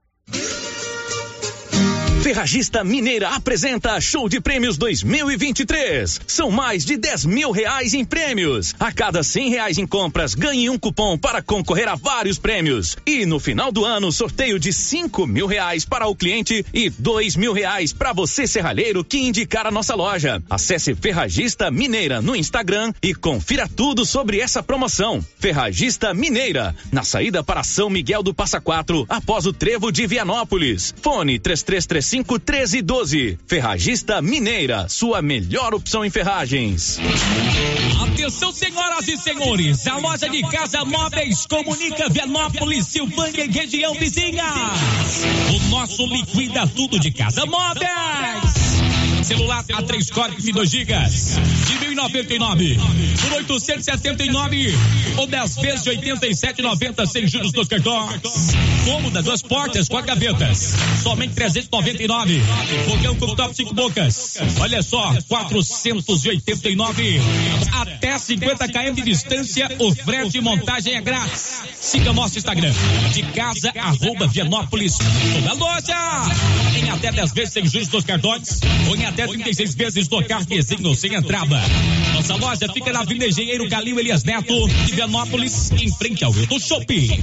S21: Ferragista Mineira apresenta Show de Prêmios dois mil e vinte e três. São mais de dez mil reais em prêmios. A cada cem reais em compras, ganhe um cupom para concorrer a vários prêmios. E no final do ano, sorteio de cinco mil reais para o cliente e dois mil reais para você, serralheiro, que indicar a nossa loja. Acesse Ferragista Mineira no Instagram e confira tudo sobre essa promoção. Ferragista Mineira, na saída para São Miguel do Passa Quatro, após o trevo de Vianópolis. Fone três três três cinco, um três um dois. Ferragista Mineira, sua melhor opção em ferragens. Atenção, senhoras e senhores, a loja de Casa Móveis comunica Vianópolis, Silvânia e região vizinha. O nosso liquida tudo de Casa Móveis. Celular A três cortes e dois gigas de mil e noventa e nove por oitocentos e setenta e nove ou dez vezes de oitenta e sete e noventa sem juros nos cartões. Cômoda, duas portas, quatro gavetas, somente trezentos e noventa e nove. Fogão cooktop cinco bocas, olha só, quatrocentos e oitenta e nove. Até cinquenta quilômetros de distância, o frete e montagem é grátis. Siga nosso Instagram, de casa arroba Vianópolis. Toda loja em até dez vezes sem juros nos cartões ou em até trinta e seis vezes no cartezinho sem entrada. Nossa loja fica na Avenida Engenheiro Calil Elias Neto, de Vianópolis, em frente ao Hilton Shopping.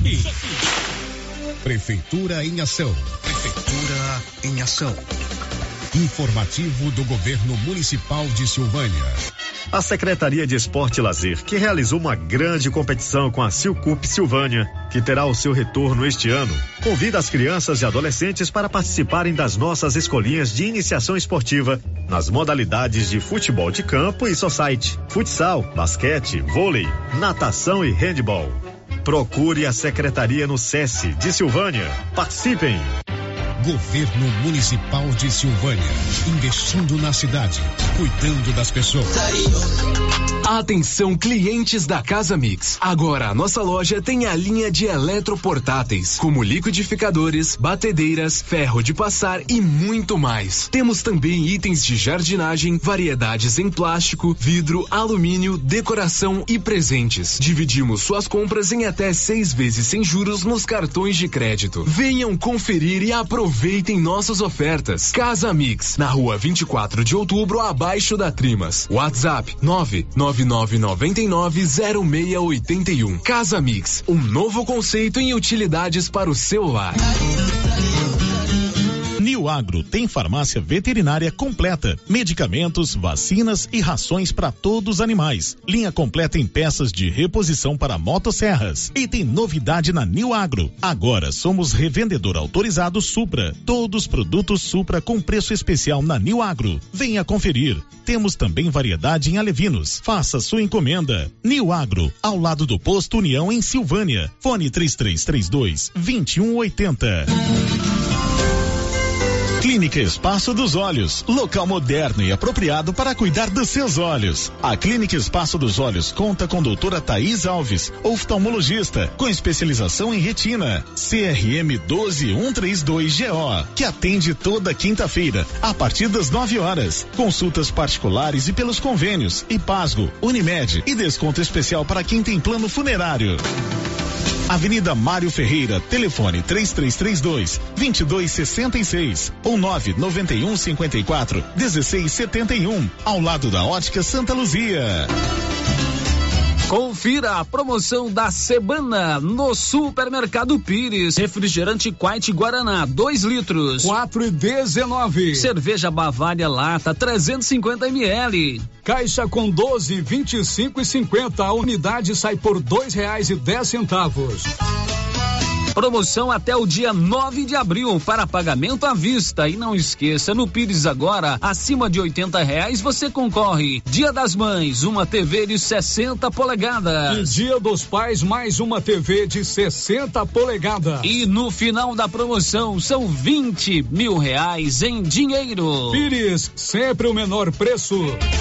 S23: Prefeitura em Ação. Prefeitura em Ação. Informativo do Governo Municipal de Silvânia.
S2: A Secretaria de Esporte e Lazer, que realizou uma grande competição com a Silcup Silvânia, que terá o seu retorno este ano, convida as crianças e adolescentes para participarem das nossas escolinhas de iniciação esportiva nas modalidades de futebol de campo e society, futsal, basquete, vôlei, natação e handebol. Procure a Secretaria no SESI de Silvânia. Participem!
S23: Governo Municipal de Silvânia, investindo na cidade, cuidando das pessoas.
S3: Atenção, clientes da Casa Mix. Agora a nossa loja tem a linha de eletroportáteis, como liquidificadores, batedeiras, ferro de passar e muito mais. Temos também itens de jardinagem, variedades em plástico, vidro, alumínio, decoração e presentes. Dividimos suas compras em até seis vezes sem juros nos cartões de crédito. Venham conferir e aproveitem Aproveitem nossas ofertas. Casa Mix, na rua vinte e quatro de outubro, abaixo da Trimas. WhatsApp nove nove nove nove nove zero seis oito um. Casa Mix, um novo conceito em utilidades para o celular.
S12: New Agro tem farmácia veterinária completa, medicamentos, vacinas e rações para todos os animais. Linha completa em peças de reposição para motosserras. E tem novidade na New Agro. Agora somos revendedor autorizado Supra. Todos os produtos Supra com preço especial na New Agro. Venha conferir. Temos também variedade em alevinos. Faça sua encomenda. New Agro, ao lado do Posto União em Silvânia. Fone três três três dois, dois um oito zero. Clínica Espaço dos Olhos, local moderno e apropriado para cuidar dos seus olhos. A Clínica Espaço dos Olhos conta com doutora Thaís Alves, oftalmologista, com especialização em retina, C R M um dois um três dois G O, que atende toda quinta-feira, a partir das nove horas. Consultas particulares e pelos convênios, Ipasgo, Unimed e desconto especial para quem tem plano funerário. Avenida Mário Ferreira, telefone três três três dois, dois dois seis seis ou nove nove um cinco quatro, um seis sete um, ao lado da Ótica Santa Luzia.
S1: Confira a promoção da semana no Supermercado Pires. Refrigerante Quite Guaraná, dois litros.
S7: quatro e dezenove.
S1: Cerveja Bavária Lata, trezentos e cinquenta mililitros.
S7: Caixa com doze, vinte e cinco e cinquenta. A unidade sai por dois reais e dez centavos.
S1: Promoção até o dia nove de abril para pagamento à vista. E não esqueça, no Pires agora, acima de oitenta reais você concorre. Dia das Mães, uma T V de sessenta polegadas.
S7: E Dia dos Pais, mais uma T V de sessenta polegadas.
S1: E no final da promoção são vinte mil reais em dinheiro.
S7: Pires, sempre o menor preço.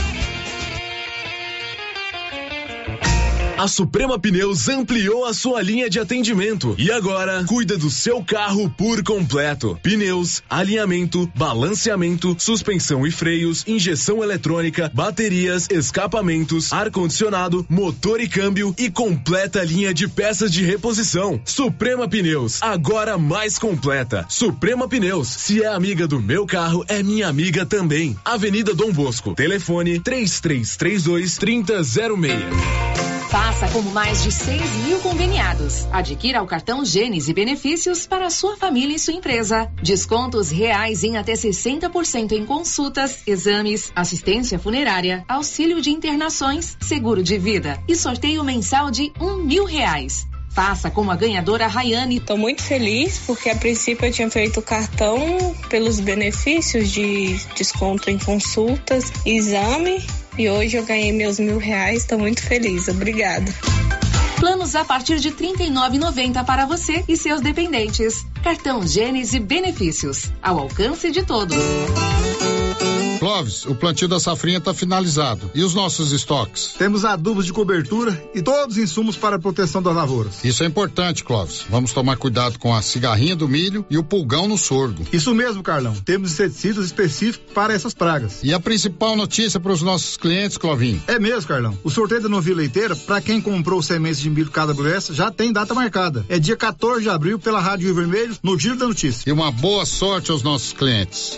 S3: A Suprema Pneus ampliou a sua linha de atendimento e agora cuida do seu carro por completo. Pneus, alinhamento, balanceamento, suspensão e freios, injeção eletrônica, baterias, escapamentos, ar-condicionado, motor e câmbio e completa linha de peças de reposição. Suprema Pneus, agora mais completa. Suprema Pneus, se é amiga do meu carro, é minha amiga também. Avenida Dom Bosco, telefone três três três dois, três zero zero seis.
S9: Faça como mais de seis mil conveniados. Adquira o cartão Gênese Benefícios para a sua família e sua empresa. Descontos reais em até sessenta por cento em consultas, exames, assistência funerária, auxílio de internações, seguro de vida e sorteio mensal de um mil reais. Faça como a ganhadora Rayane.
S13: Estou muito feliz porque a princípio eu tinha feito o cartão pelos benefícios de desconto em consultas, exame, e hoje eu ganhei meus mil reais. Estou muito feliz. Obrigada.
S9: Planos a partir de trinta e nove reais e noventa centavos para você e seus dependentes. Cartão Gênese Benefícios, ao alcance de todos.
S14: Clóvis, o plantio da safrinha está finalizado. E os nossos estoques?
S24: Temos adubos de cobertura e todos os insumos para a proteção das lavouras.
S14: Isso é importante, Clóvis. Vamos tomar cuidado com a cigarrinha do milho e o pulgão no sorgo.
S24: Isso mesmo, Carlão. Temos inseticidas específicos para essas pragas.
S14: E a principal notícia para os nossos clientes, Clovinho?
S24: É mesmo, Carlão. O sorteio da novilha leiteira, para quem comprou sementes de milho K W S, já tem data marcada. É dia quatorze de abril pela Rádio Rio Vermelho, no Giro da Notícia.
S14: E uma boa sorte aos nossos clientes.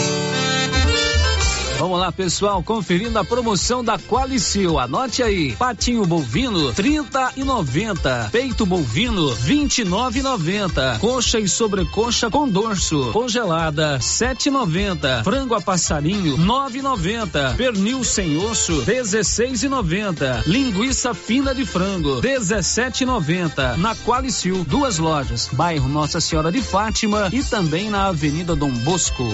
S1: Vamos lá, pessoal, conferindo a promoção da Qualicil. Anote aí: patinho bovino trinta e noventa, peito bovino vinte e nove e noventa, coxa e sobrecoxa com dorso congelada sete e noventa, frango a passarinho nove e noventa, pernil sem osso dezesseis e noventa, linguiça fina de frango dezessete e noventa. Na Qualicil, duas lojas, bairro Nossa Senhora de Fátima e também na Avenida Dom Bosco.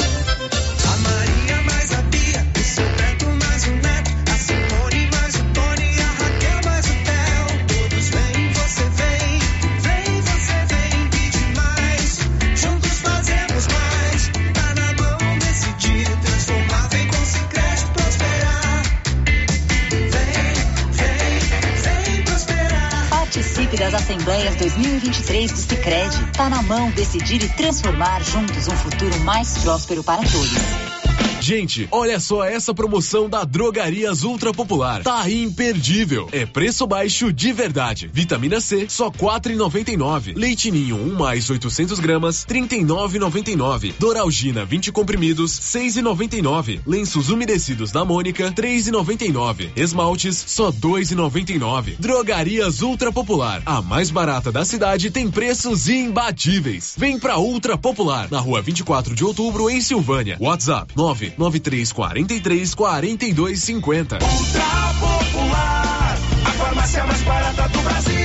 S25: Das Assembleias dois mil e vinte e três do Sicredi. Tá na mão decidir e transformar juntos um futuro mais próspero para todos.
S3: Gente, olha só essa promoção da Drogarias Ultra Popular. Tá imperdível. É preço baixo de verdade. Vitamina C, só quatro reais e noventa e nove. Leite Ninho, um mais oitocentos gramas, trinta e nove reais e noventa e nove. Doralgina, vinte comprimidos, seis reais e noventa e nove. Lenços umedecidos da Mônica, três reais e noventa e nove. Esmaltes, só dois reais e noventa e nove. Drogarias Ultra Popular, a mais barata da cidade, tem preços imbatíveis. Vem pra Ultra Popular, na rua vinte e quatro de outubro, em Silvânia. WhatsApp nove nove três quatro três quatro dois cinco zero.
S19: Ultra Popular, a farmácia mais barata do Brasil.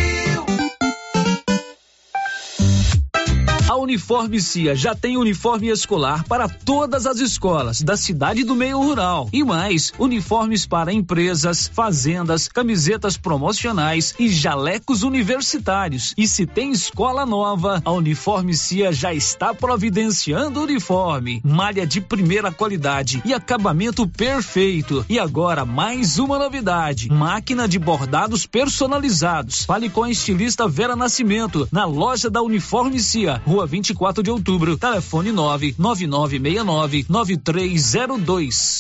S1: A Uniforme Cia já tem uniforme escolar para todas as escolas da cidade e do meio rural. E mais, uniformes para empresas, fazendas, camisetas promocionais e jalecos universitários. E se tem escola nova, a Uniforme Cia já está providenciando uniforme, malha de primeira qualidade e acabamento perfeito. E agora mais uma novidade: máquina de bordados personalizados. Fale com a estilista Vera Nascimento na loja da Uniforme Cia, Rua vinte e quatro de outubro, telefone nove nove nove seis nove nove três zero dois.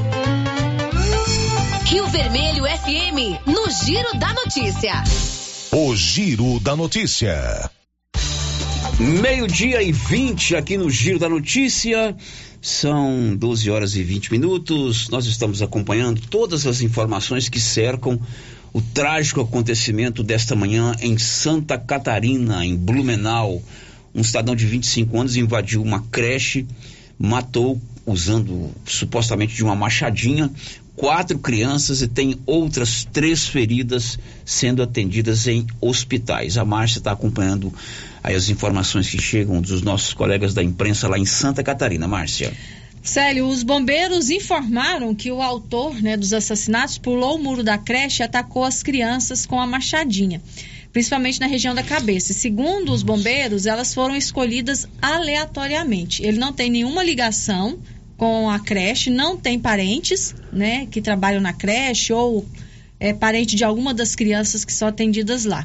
S10: Rio Vermelho F M, no Giro da Notícia.
S23: O Giro da Notícia.
S5: Meio-dia e vinte aqui no Giro da Notícia. São doze horas e vinte minutos. Nós estamos acompanhando todas as informações que cercam o trágico acontecimento desta manhã em Santa Catarina, em Blumenau. Um cidadão de vinte e cinco anos invadiu uma creche, matou, usando supostamente de uma machadinha, quatro crianças e tem outras três feridas sendo atendidas em hospitais. A Márcia está acompanhando aí as informações que chegam dos nossos colegas da imprensa lá em Santa Catarina. Márcia.
S11: Célio, os bombeiros informaram que o autor, né, dos assassinatos pulou o muro da creche e atacou as crianças com a machadinha, principalmente na região da cabeça. Segundo os bombeiros, elas foram escolhidas aleatoriamente. Ele não tem nenhuma ligação com a creche, não tem parentes, né, que trabalham na creche ou é parente de alguma das crianças que são atendidas lá.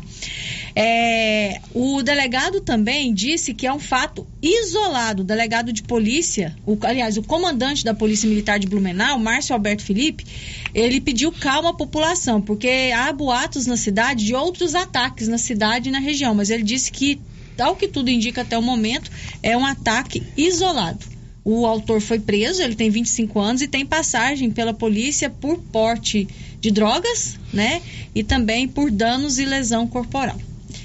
S11: É, o delegado também disse que é um fato isolado. O delegado de polícia, o, aliás, o comandante da Polícia Militar de Blumenau, Márcio Alberto Felipe, ele pediu calma à população, porque há boatos na cidade de outros ataques na cidade e na região, mas ele disse que, ao que tudo indica até o momento, é um ataque isolado. O autor foi preso, ele tem vinte e cinco anos e tem passagem pela polícia por porte de drogas, né? E também por danos e lesão corporal.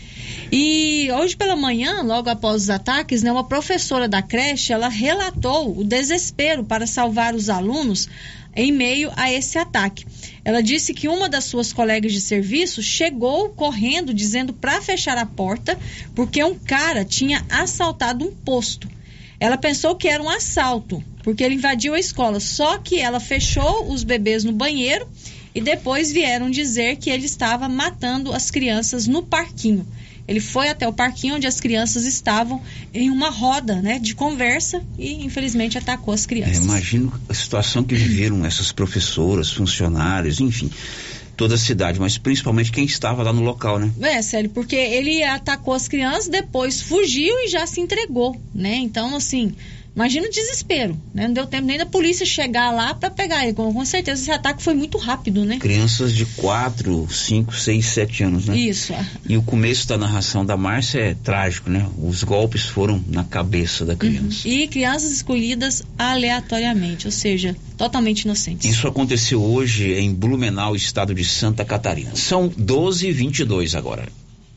S11: E hoje pela manhã, logo após os ataques, né, uma professora da creche, ela relatou o desespero para salvar os alunos em meio a esse ataque. Ela disse que uma das suas colegas de serviço chegou correndo dizendo para fechar a porta porque um cara tinha assaltado um posto. Ela pensou que era um assalto, porque ele invadiu a escola, só que ela fechou os bebês no banheiro e depois vieram dizer que ele estava matando as crianças no parquinho. Ele foi até o parquinho onde as crianças estavam em uma roda, né, de conversa e infelizmente atacou as crianças.
S5: É, imagino a situação que viveram essas professoras, funcionários, enfim, toda a cidade, mas principalmente quem estava lá no local, né?
S11: É, sério, porque ele atacou as crianças, depois fugiu e já se entregou, né? Então, assim, imagina o desespero, né? Não deu tempo nem da polícia chegar lá para pegar ele. Com, com certeza esse ataque foi muito rápido, né?
S5: Crianças de quatro, cinco, seis, sete anos, né?
S11: Isso.
S5: E o começo da narração da Márcia é trágico, né? Os golpes foram na cabeça da criança.
S11: Uhum. E crianças escolhidas aleatoriamente, ou seja, totalmente inocentes.
S5: Isso aconteceu hoje em Blumenau, estado de Santa Catarina. São doze e vinte e dois agora.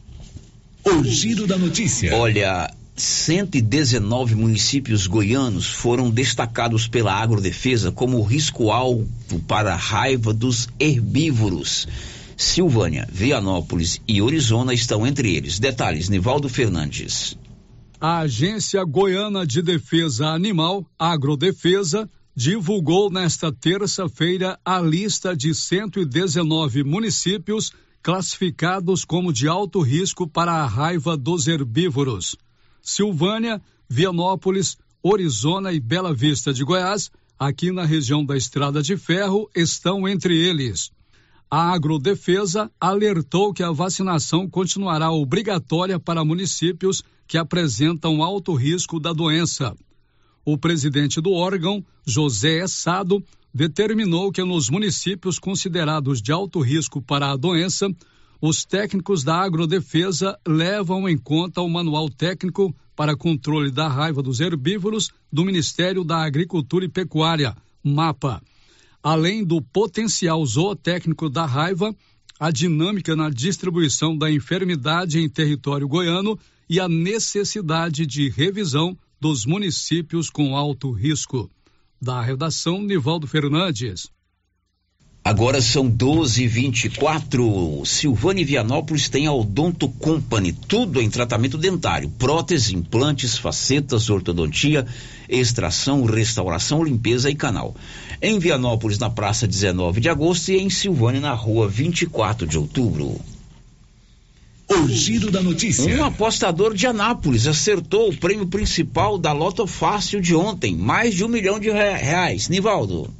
S23: O Giro da Notícia.
S5: Olha, cento e dezenove municípios goianos foram destacados pela Agrodefesa como risco alto para a raiva dos herbívoros. Silvânia, Vianópolis e Orizona estão entre eles. Detalhes, Nivaldo Fernandes.
S7: A Agência Goiana de Defesa Animal, Agrodefesa, divulgou nesta terça-feira a lista de cento e dezenove municípios classificados como de alto risco para a raiva dos herbívoros. Silvânia, Vianópolis, Orizona e Bela Vista de Goiás, aqui na região da Estrada de Ferro, estão entre eles. A Agrodefesa alertou que a vacinação continuará obrigatória para municípios que apresentam alto risco da doença. O presidente do órgão, José Essado, determinou que nos municípios considerados de alto risco para a doença, os técnicos da agrodefesa levam em conta o manual técnico para controle da raiva dos herbívoros do Ministério da Agricultura e Pecuária, MAPA. Além do potencial zootécnico da raiva, a dinâmica na distribuição da enfermidade em território goiano e a necessidade de revisão dos municípios com alto risco. Da redação, Nivaldo Fernandes.
S5: Agora são doze e vinte e quatro. Silvânia e Vianópolis tem a Odonto Company, tudo em tratamento dentário, prótese, implantes, facetas, ortodontia, extração, restauração, limpeza e canal. Em Vianópolis, na praça dezenove de agosto, e em Silvânia, na rua vinte e quatro de outubro.
S23: O giro da notícia.
S5: Um apostador de Anápolis acertou o prêmio principal da Loto Fácil de ontem, mais de um milhão de reais. Nivaldo.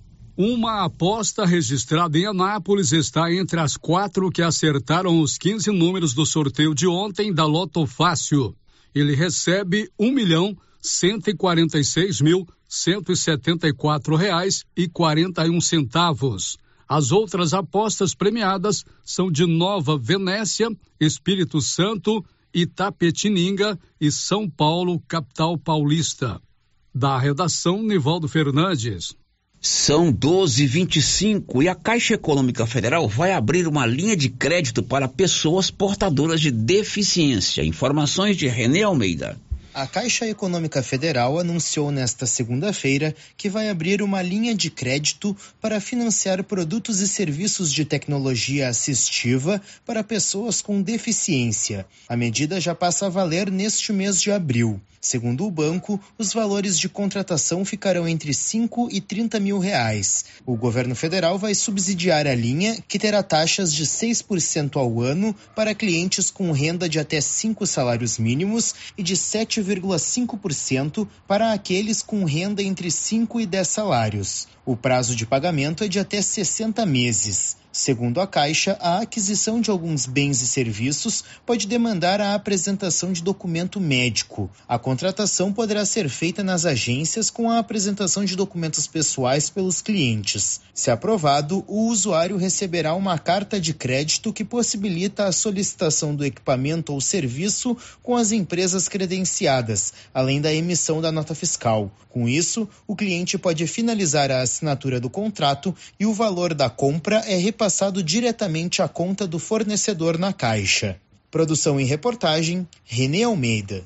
S7: Uma aposta registrada em Anápolis está entre as quatro que acertaram os quinze números do sorteio de ontem da Loto Fácil. Ele recebe um milhão cento e quarenta e seis mil cento e setenta e quatro reais e quarenta e um centavos. As outras apostas premiadas são de Nova Venécia, Espírito Santo, Itapetininga e São Paulo, capital paulista. Da redação, Nivaldo Fernandes.
S5: São doze e vinte e cinco e a Caixa Econômica Federal vai abrir uma linha de crédito para pessoas portadoras de deficiência. Informações de Renê Almeida.
S15: A Caixa Econômica Federal anunciou nesta segunda-feira que vai abrir uma linha de crédito para financiar produtos e serviços de tecnologia assistiva para pessoas com deficiência. A medida já passa a valer neste mês de abril. Segundo o banco, os valores de contratação ficarão entre cinco e trinta mil reais. O governo federal vai subsidiar a linha, que terá taxas de seis por cento ao ano para clientes com renda de até cinco salários mínimos e de sete vírgula cinco por cento para aqueles com renda entre cinco e dez salários. O prazo de pagamento é de até sessenta meses. Segundo a Caixa, a aquisição de alguns bens e serviços pode demandar a apresentação de documento médico. A contratação poderá ser feita nas agências com a apresentação de documentos pessoais pelos clientes. Se aprovado, o usuário receberá uma carta de crédito que possibilita a solicitação do equipamento ou serviço com as empresas credenciadas, além da emissão da nota fiscal. Com isso, o cliente pode finalizar a assinatura do contrato e o valor da compra é repassado diretamente à conta do fornecedor na Caixa. Produção e reportagem, Renê Almeida.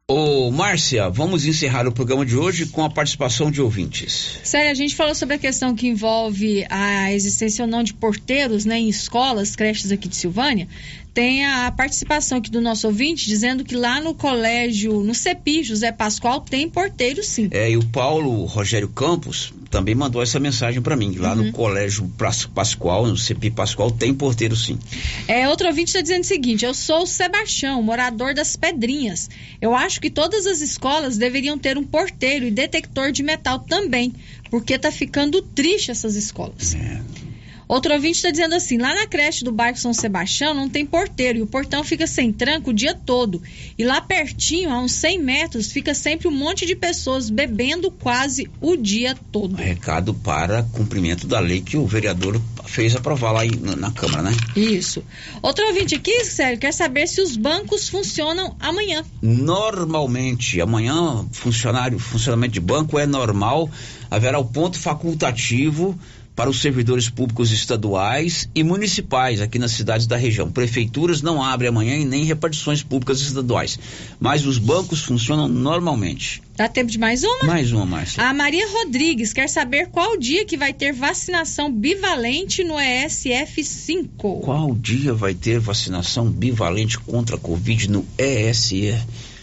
S5: Ô, Márcia, vamos encerrar o programa de hoje com a participação de ouvintes.
S11: Sério, a gente falou sobre a questão que envolve a existência ou não de porteiros, né, em escolas, creches aqui de Silvânia. Tem a participação aqui do nosso ouvinte dizendo que lá no colégio, no CEPI, José Pascoal, tem porteiro sim.
S5: É, e o Paulo Rogério Campos também mandou essa mensagem para mim. Lá uhum. no colégio Pascoal, no CEPI Pascoal, tem porteiro sim.
S11: É, outro ouvinte está dizendo o seguinte: eu sou o Sebastião, morador das Pedrinhas. Eu acho que todas as escolas deveriam ter um porteiro e detector de metal também, porque tá ficando triste essas escolas. É. Outro ouvinte está dizendo assim: lá na creche do bairro São Sebastião não tem porteiro e o portão fica sem tranco o dia todo. E lá pertinho, a uns cem metros, fica sempre um monte de pessoas bebendo quase o dia todo.
S5: Recado para cumprimento da lei que o vereador fez aprovar lá na, na Câmara, né?
S11: Isso. Outro ouvinte aqui, sério, quer saber se os bancos funcionam amanhã.
S5: Normalmente, amanhã, funcionário, funcionamento de banco é normal. Haverá o ponto facultativo para os servidores públicos estaduais e municipais aqui nas cidades da região. Prefeituras não abrem amanhã e nem repartições públicas estaduais, mas os bancos funcionam normalmente.
S11: Dá tempo de mais uma?
S5: Mais uma, Márcia.
S11: A Maria Rodrigues quer saber qual dia que vai ter vacinação bivalente no E S F cinco.
S5: Qual dia vai ter vacinação bivalente contra a Covid no E S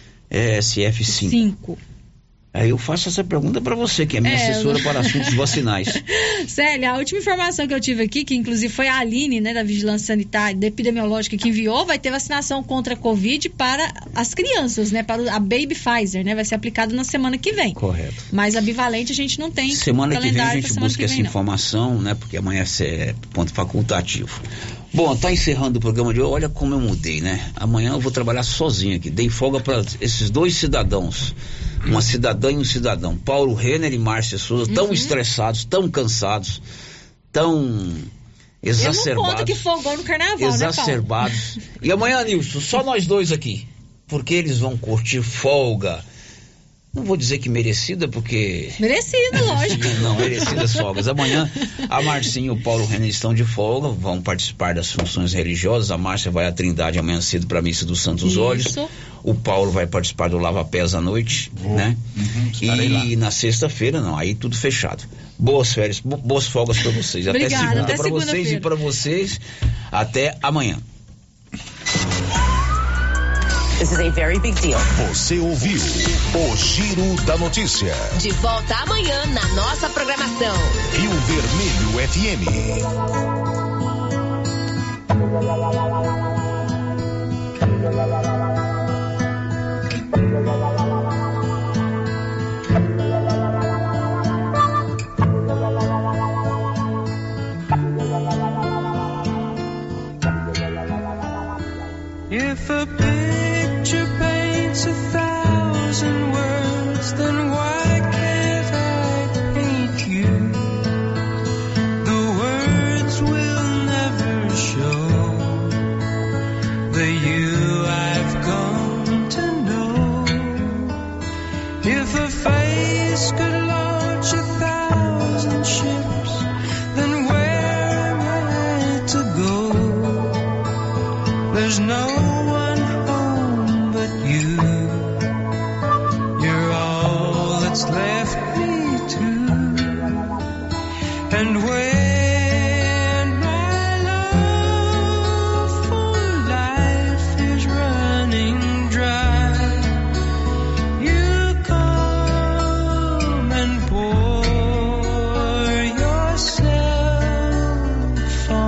S5: F cinco?
S11: cinco.
S5: Aí eu faço essa pergunta para você, que é minha é, assessora eu... para assuntos vacinais.
S11: Célia, a última informação que eu tive aqui, que inclusive foi a Aline, né, da Vigilância Sanitária, da Epidemiológica, que enviou, vai ter vacinação contra a Covid para as crianças, né, para a Baby Pfizer, né, vai ser aplicado na semana que vem.
S5: Correto.
S11: Mas a bivalente a gente não tem.
S5: Semana que vem a gente busca essa informação, né, porque amanhã é ponto facultativo. Bom, tá encerrando o programa de hoje. Olha como eu mudei, né? Amanhã eu vou trabalhar sozinho aqui. Dei folga para esses dois cidadãos. uma cidadã e um cidadão, Paulo Renner e Márcia Souza, tão uhum. estressados, tão cansados, tão exacerbados. Eu não conto
S11: que folgou no carnaval,
S5: exacerbados.
S11: Né,
S5: e amanhã, Nilson, só nós dois aqui, porque eles vão curtir folga. Não vou dizer que merecida, porque...
S11: Merecida, lógico.
S5: Não, merecidas folgas. Amanhã, a Marcinha e o Paulo Renner estão de folga, vão participar das funções religiosas. A Márcia vai à Trindade amanhã cedo para a Missa dos Santos Isso. Olhos. O Paulo vai participar do Lava Pés à noite, Vou. né? Uhum, e lá. Na sexta-feira, não, aí tudo fechado. Boas férias, bo- boas folgas para vocês. Até
S11: Obrigada,
S5: segunda
S11: até
S5: para vocês e para vocês. Até amanhã.
S16: This is a very big deal.
S23: Você ouviu o Giro da Notícia.
S10: De volta amanhã na nossa programação.
S23: Rio Vermelho F M.
S17: If a picture paints a thousand words, then why can't I paint you? The words will never show the you I've come to know. If a face could launch a thousand ships, then where am I to go? There's no